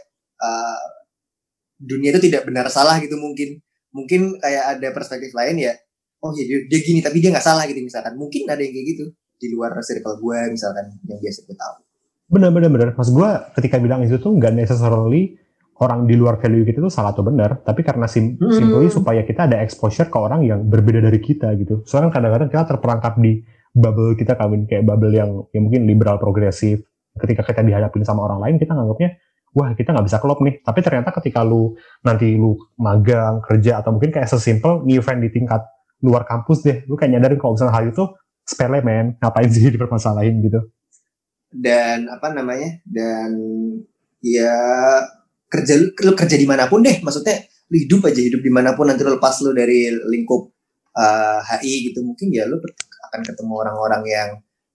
dunia itu tidak benar salah gitu, mungkin kayak ada perspektif lain ya, oh ya dia gini tapi dia nggak salah gitu, misalkan mungkin ada yang kayak gitu di luar circle gue misalkan yang biasa gue tahu. Bener. Mas gue ketika bilang itu tuh nggak necessarily orang di luar value kita tuh salah atau benar, tapi karena simply supaya kita ada exposure ke orang yang berbeda dari kita gitu. Soalnya kadang-kadang kita terperangkap di bubble kita, kayak bubble yang mungkin liberal progresif. Ketika kita dihadapin sama orang lain, kita nganggapnya, wah kita nggak bisa klop nih. Tapi ternyata ketika nanti lu magang, kerja, atau mungkin kayak sesimpel event di tingkat luar kampus deh, lu kayak nyadarin kalau misalnya hal itu sepele, men, ngapain sih dipermasalahin gitu. Dan apa namanya, dan ya lu kerja dimanapun deh, maksudnya lu hidup dimanapun, nanti lu lepas lu dari lingkup HI gitu, mungkin ya lu akan ketemu orang-orang yang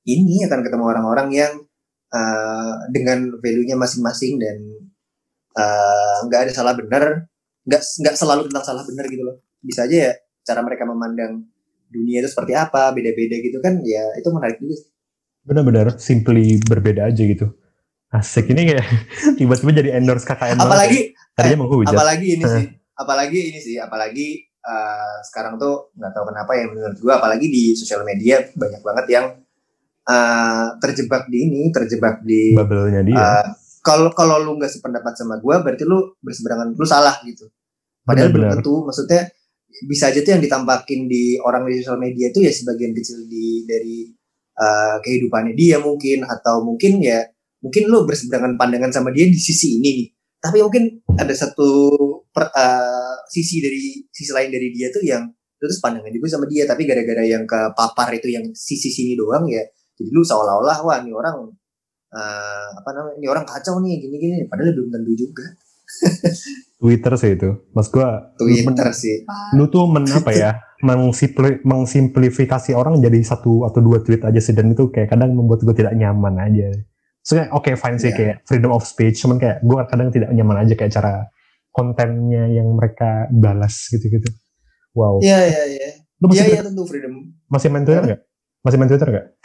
dengan value-nya masing-masing, dan nggak ada salah benar, nggak selalu tentang salah benar gitu loh. Bisa aja ya cara mereka memandang dunia itu seperti apa, beda-beda gitu kan, ya itu menarik juga sih. Benar-benar simply berbeda aja gitu. Asik, ini kayak tiba-tiba jadi endorse KKN apalagi tadinya menghujat. apalagi ini sih sekarang tuh nggak tahu kenapa ya, menurut gue apalagi di sosial media banyak banget yang terjebak di bubble-nya dia. Kalau lu nggak sependapat sama gue, berarti lu berseberangan, lu salah gitu. Padahal belum tentu. Maksudnya bisa aja tuh yang ditampakin di orang di sosial media itu ya sebagian kecil dari kehidupannya dia mungkin, atau mungkin lu berseberangan pandangan sama dia di sisi ini nih, tapi mungkin ada satu sisi lain dari dia tuh yang terus pandangan gue sama dia, tapi gara-gara yang ke papar itu yang sisi sini doang ya, jadi lu seolah-olah wah ini orang apa namanya, ini orang kacau nih gini-gini, padahal belum tentu juga. Twitter sih itu, mas gua Twitter sih. Lu tuh apa ya, mengsimplifikasi orang jadi satu atau dua tweet aja sih, dan itu kayak kadang membuat gue tidak nyaman aja. Soalnya oke, fine sih kayak freedom of speech, cuman kayak gue kadang tidak nyaman aja kayak cara kontennya yang mereka balas gitu-gitu. Wow. Iya. Lu masih tentu freedom. Masih main Twitter nggak? Masih main Twitter nggak?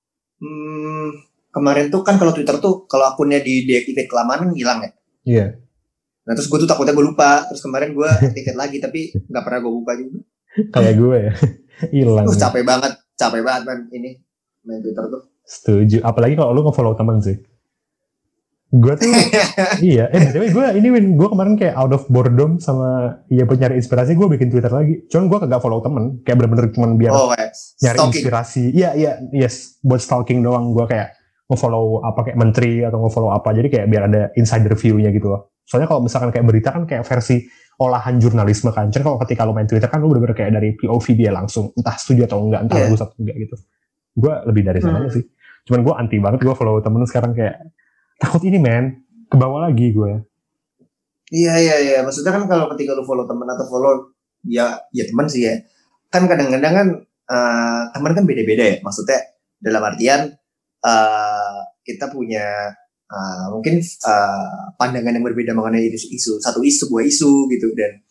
Kemarin tuh kan kalau Twitter tuh kalau akunnya di deactivate kelamaan hilang ya. Iya. Nah terus gue tuh takutnya gue lupa, terus kemarin gue activate lagi tapi nggak pernah gue buka juga. Kayak gue ya, hilang. Capek banget man ini main Twitter tuh. Setuju, apalagi kalau lu nge-follow teman sih. Gue tuh iya, gue kemarin kayak out of boredom sama buat nyari inspirasi gue bikin Twitter lagi. Cuman gue kagak follow temen, kayak bener-bener cuman biar nyari inspirasi. Yes, buat stalking doang. Gue kayak nge-follow apa kayak menteri atau nge-follow apa, jadi kayak biar ada insider view-nya gitu loh. Soalnya kalau misalkan kayak berita kan kayak versi olahan jurnalisme kan. Cuman kalau ketika lo main Twitter kan lo bener-bener kayak dari POV dia langsung, entah setuju atau enggak, entah bagus atau enggak gitu. Gue lebih dari sana sih. Cuman gue anti banget gue follow temen sekarang, kayak takut ini ke bawah lagi gue. Iya. Maksudnya kan kalau ketika lu follow temen atau follow ya teman sih ya. Kan kadang-kadang kan teman kan beda-beda ya. Maksudnya dalam artian kita punya mungkin pandangan yang berbeda mengenai sebuah isu gitu, dan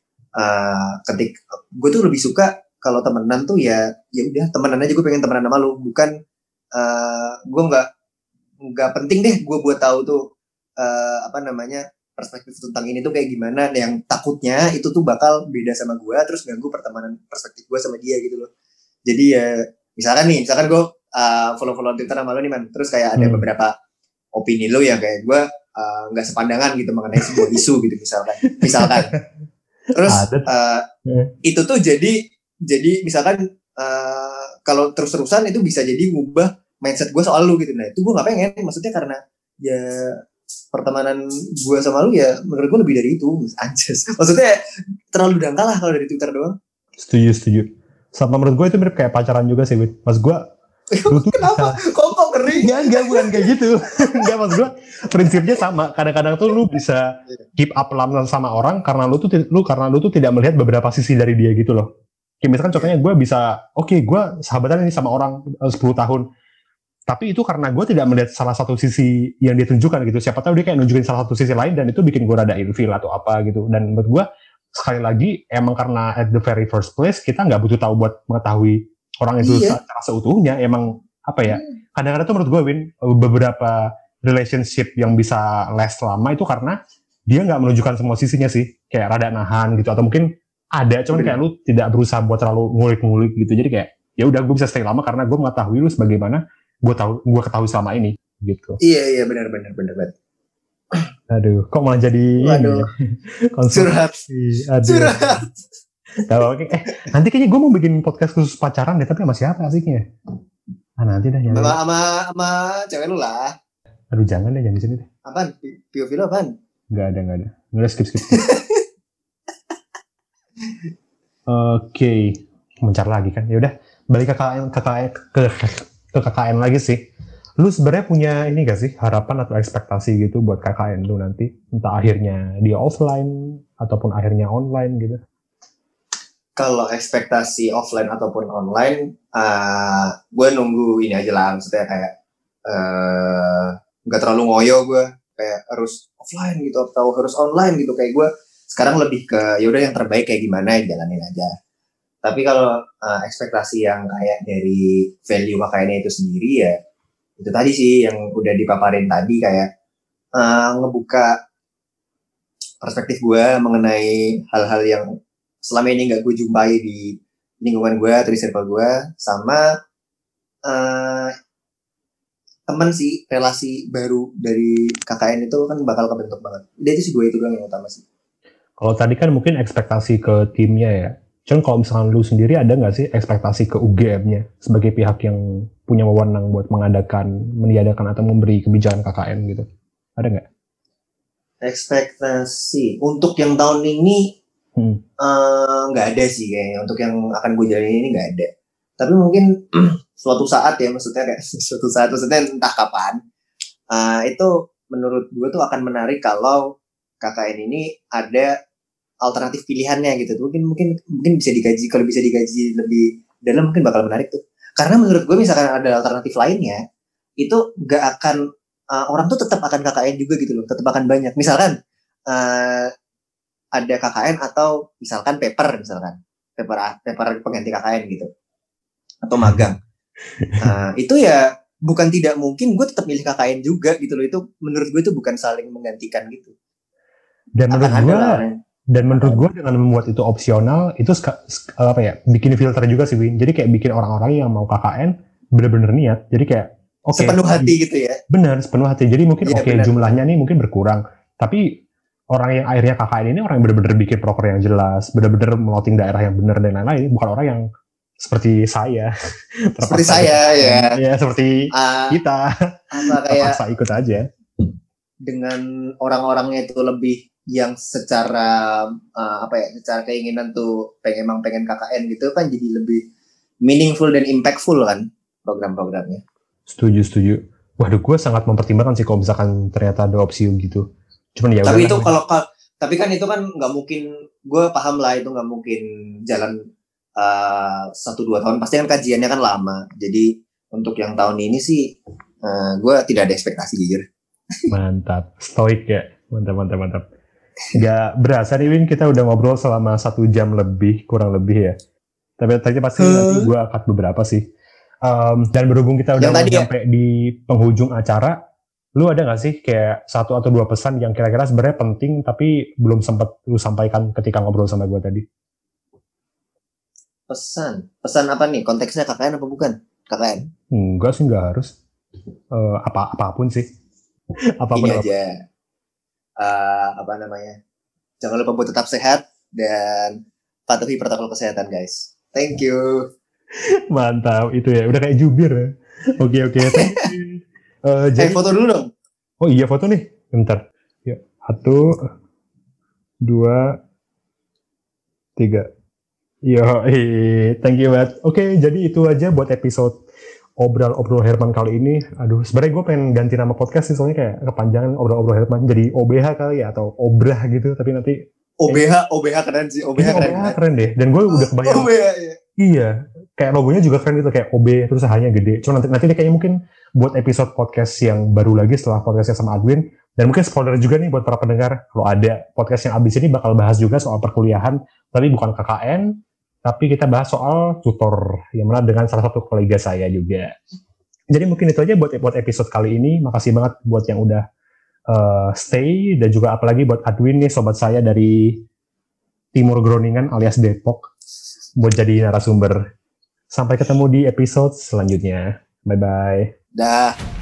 gue tuh lebih suka kalau temenan tuh ya udah temenan aja, gue pengen temenan sama lu, bukan gue nggak penting deh gue buat tahu tuh perspektif tentang ini tuh kayak gimana, yang takutnya itu tuh bakal beda sama gue terus ganggu pertemanan perspektif gue sama dia gitu loh. Jadi ya misalkan gue follow Twitter sama lo nih man, terus kayak ada beberapa opini lo yang kayak gue nggak sepandangan gitu mengenai sebuah isu gitu misalkan terus itu tuh jadi misalkan kalau terus-terusan itu bisa jadi ngubah mindset gue soal lu gitu. Nah itu gue nggak pengen, maksudnya karena ya pertemanan gue sama lu ya menurut gue lebih dari itu anjas. Maksudnya terlalu dangkal lah kalau dari Twitter doang. Setuju. Sama menurut gue itu mirip kayak pacaran juga sih, Win. Mas gue kenapa? Kok ngeri? Enggak, bukan kayak gitu. Enggak, mas gue prinsipnya sama. Kadang-kadang tuh lu bisa keep up lama sama orang karena lu tuh tidak melihat beberapa sisi dari dia gitu loh. Kayak misalkan contohnya gue bisa, gue sahabatan ini sama orang 10 tahun. Tapi itu karena gue tidak melihat salah satu sisi yang dia tunjukkan gitu. Siapa tahu dia kayak nunjukin salah satu sisi lain dan itu bikin gue rada ilfil atau apa gitu. Dan menurut gue sekali lagi emang karena at the very first place kita nggak butuh tahu buat mengetahui orang itu secara seutuhnya. Emang apa ya? Kadang-kadang tuh menurut gue Win, beberapa relationship yang bisa last lama itu karena dia nggak menunjukkan semua sisinya sih. Kayak rada nahan gitu, atau mungkin ada cuman kayak lu tidak berusaha buat terlalu ngulik-ngulik gitu. Jadi kayak ya udah gue bisa stay lama karena gue mengetahui lu sebagaimana gue ketahui selama ini gitu. Iya benar. Aduh, kok malah jadi curhat. Oke. Nanti kayaknya gue mau bikin podcast khusus pacaran deh, tapi sama siapa asiknya? Nanti dah nyari. Sama cewek lu lah. Aduh jangan deh, jangan di sini deh. Apaan? POV lu apaan? Enggak ada. Nggak skip. Oke, mencar lagi kan. Ya udah, balik ke KKN lagi sih. Lu sebenarnya punya ini gak sih harapan atau ekspektasi gitu buat KKN lu nanti? Entah akhirnya dia offline ataupun akhirnya online gitu. Kalau ekspektasi offline ataupun online, gue nunggu ini aja lah. Maksudnya kayak nggak terlalu ngoyo gue, kayak harus offline gitu atau harus online gitu. Kayak gue sekarang lebih ke ya udah yang terbaik kayak gimana jalanin aja. Tapi kalau ekspektasi yang kayak dari value KKN itu sendiri ya itu tadi sih yang udah dipaparin tadi, kayak ngebuka perspektif gue mengenai hal-hal yang selama ini nggak gue jumpai di lingkungan gue atau di circle gue, sama teman sih, relasi baru dari KKN itu kan bakal kebentuk banget. Itu sih dua itu doang yang utama sih. Kalau tadi kan mungkin ekspektasi ke timnya ya. Cuman kalau misalkan lu sendiri ada nggak sih ekspektasi ke UGM-nya sebagai pihak yang punya wewenang buat meniadakan atau memberi kebijakan KKN gitu? Ada nggak? Ekspektasi untuk yang tahun ini Nggak ada sih kayaknya untuk yang akan gue jalanin ini nggak ada. Tapi mungkin suatu saat ya, maksudnya kayak suatu saat, maksudnya entah kapan, itu menurut gue tuh akan menarik kalau KKN ini ada alternatif pilihannya gitu. Mungkin bisa digaji, kalau bisa digaji lebih dalam mungkin bakal menarik tuh. Karena menurut gue misalkan ada alternatif lainnya, itu nggak akan orang tuh tetap akan KKN juga gitu loh, tetap akan banyak. Misalkan ada KKN atau misalkan paper pengganti KKN gitu, atau magang. Itu ya bukan tidak mungkin gue tetap milih KKN juga gitu loh. Itu menurut gue itu bukan saling menggantikan gitu. Dan menurut gue dengan membuat itu opsional itu apa ya, bikin filter juga sih Win. Jadi kayak bikin orang-orang yang mau KKN bener-bener niat. Jadi kayak sepenuh hati gitu ya. Benar, sepenuh hati. Jadi mungkin jumlahnya nih mungkin berkurang, tapi orang yang akhirnya KKN ini orang yang benar-benar bikin proker yang jelas, benar-benar meloting daerah yang benar dan lain-lain, bukan orang yang seperti saya. Seperti saya ya. Ya, seperti kita. Terpaksa ikut aja. Dengan orang-orangnya itu lebih yang secara secara keinginan tuh pengen KKN gitu kan, jadi lebih meaningful dan impactful kan program-programnya. Setuju. Waduh, gue sangat mempertimbangkan sih kalau misalkan ternyata ada opsi gitu. Cuman ya. Tapi itu tapi kan itu kan nggak mungkin, gue paham lah itu nggak mungkin jalan 1-2 tahun, pasti kan kajiannya kan lama. Jadi untuk yang tahun ini sih gue tidak ada ekspektasi jujur. Mantap, stoik ya, mantap. Gak berasa nih Win, kita udah ngobrol selama 1 jam lebih, kurang lebih ya. Tapi tadi pasti nanti gue akan beberapa sih. Dan berhubung kita udah sampai di penghujung acara, lu ada gak sih kayak 1 atau 2 pesan yang kira-kira sebenarnya penting tapi belum sempat lu sampaikan ketika ngobrol sama gue tadi? Pesan apa nih? Konteksnya KKN apa bukan? KKN? Enggak sih, enggak harus. Apapun sih. Apapun ini aja. Jangan lupa buat tetap sehat dan patuhi protokol kesehatan guys. Thank you. Mantap, itu ya. Udah kayak jubir ya. Oke. Thank you. Jadi foto dulu dong. Oh iya, foto nih. Bentar. Ya, 1, 2, 3. Yo, thank you banget. Oke, jadi itu aja buat episode obrol Herman kali ini. Aduh, sebenarnya gue pengen ganti nama podcast sih, soalnya kayak kepanjangan obrol Herman jadi OBH kali ya, atau Obrah gitu. Tapi nanti OBH keren sih. OBH keren deh. Dan gue udah kebayang. OBH, iya. Iya, kayak logonya juga keren gitu, kayak OB terus hanya gede. Cuma nanti kayaknya mungkin buat episode podcast yang baru lagi setelah podcastnya sama Adwin. Dan mungkin spoiler juga nih buat para pendengar, kalau ada podcast yang abis ini bakal bahas juga soal perkuliahan, tapi bukan KKN, tapi kita bahas soal tutor yang mana dengan salah satu kolega saya juga. Jadi mungkin itu aja buat episode kali ini. Makasih banget buat yang udah stay, dan juga apalagi buat Adwin nih, sobat saya dari Timur Groningen alias Depok, buat jadi narasumber. Sampai ketemu di episode selanjutnya. Bye-bye. Dah.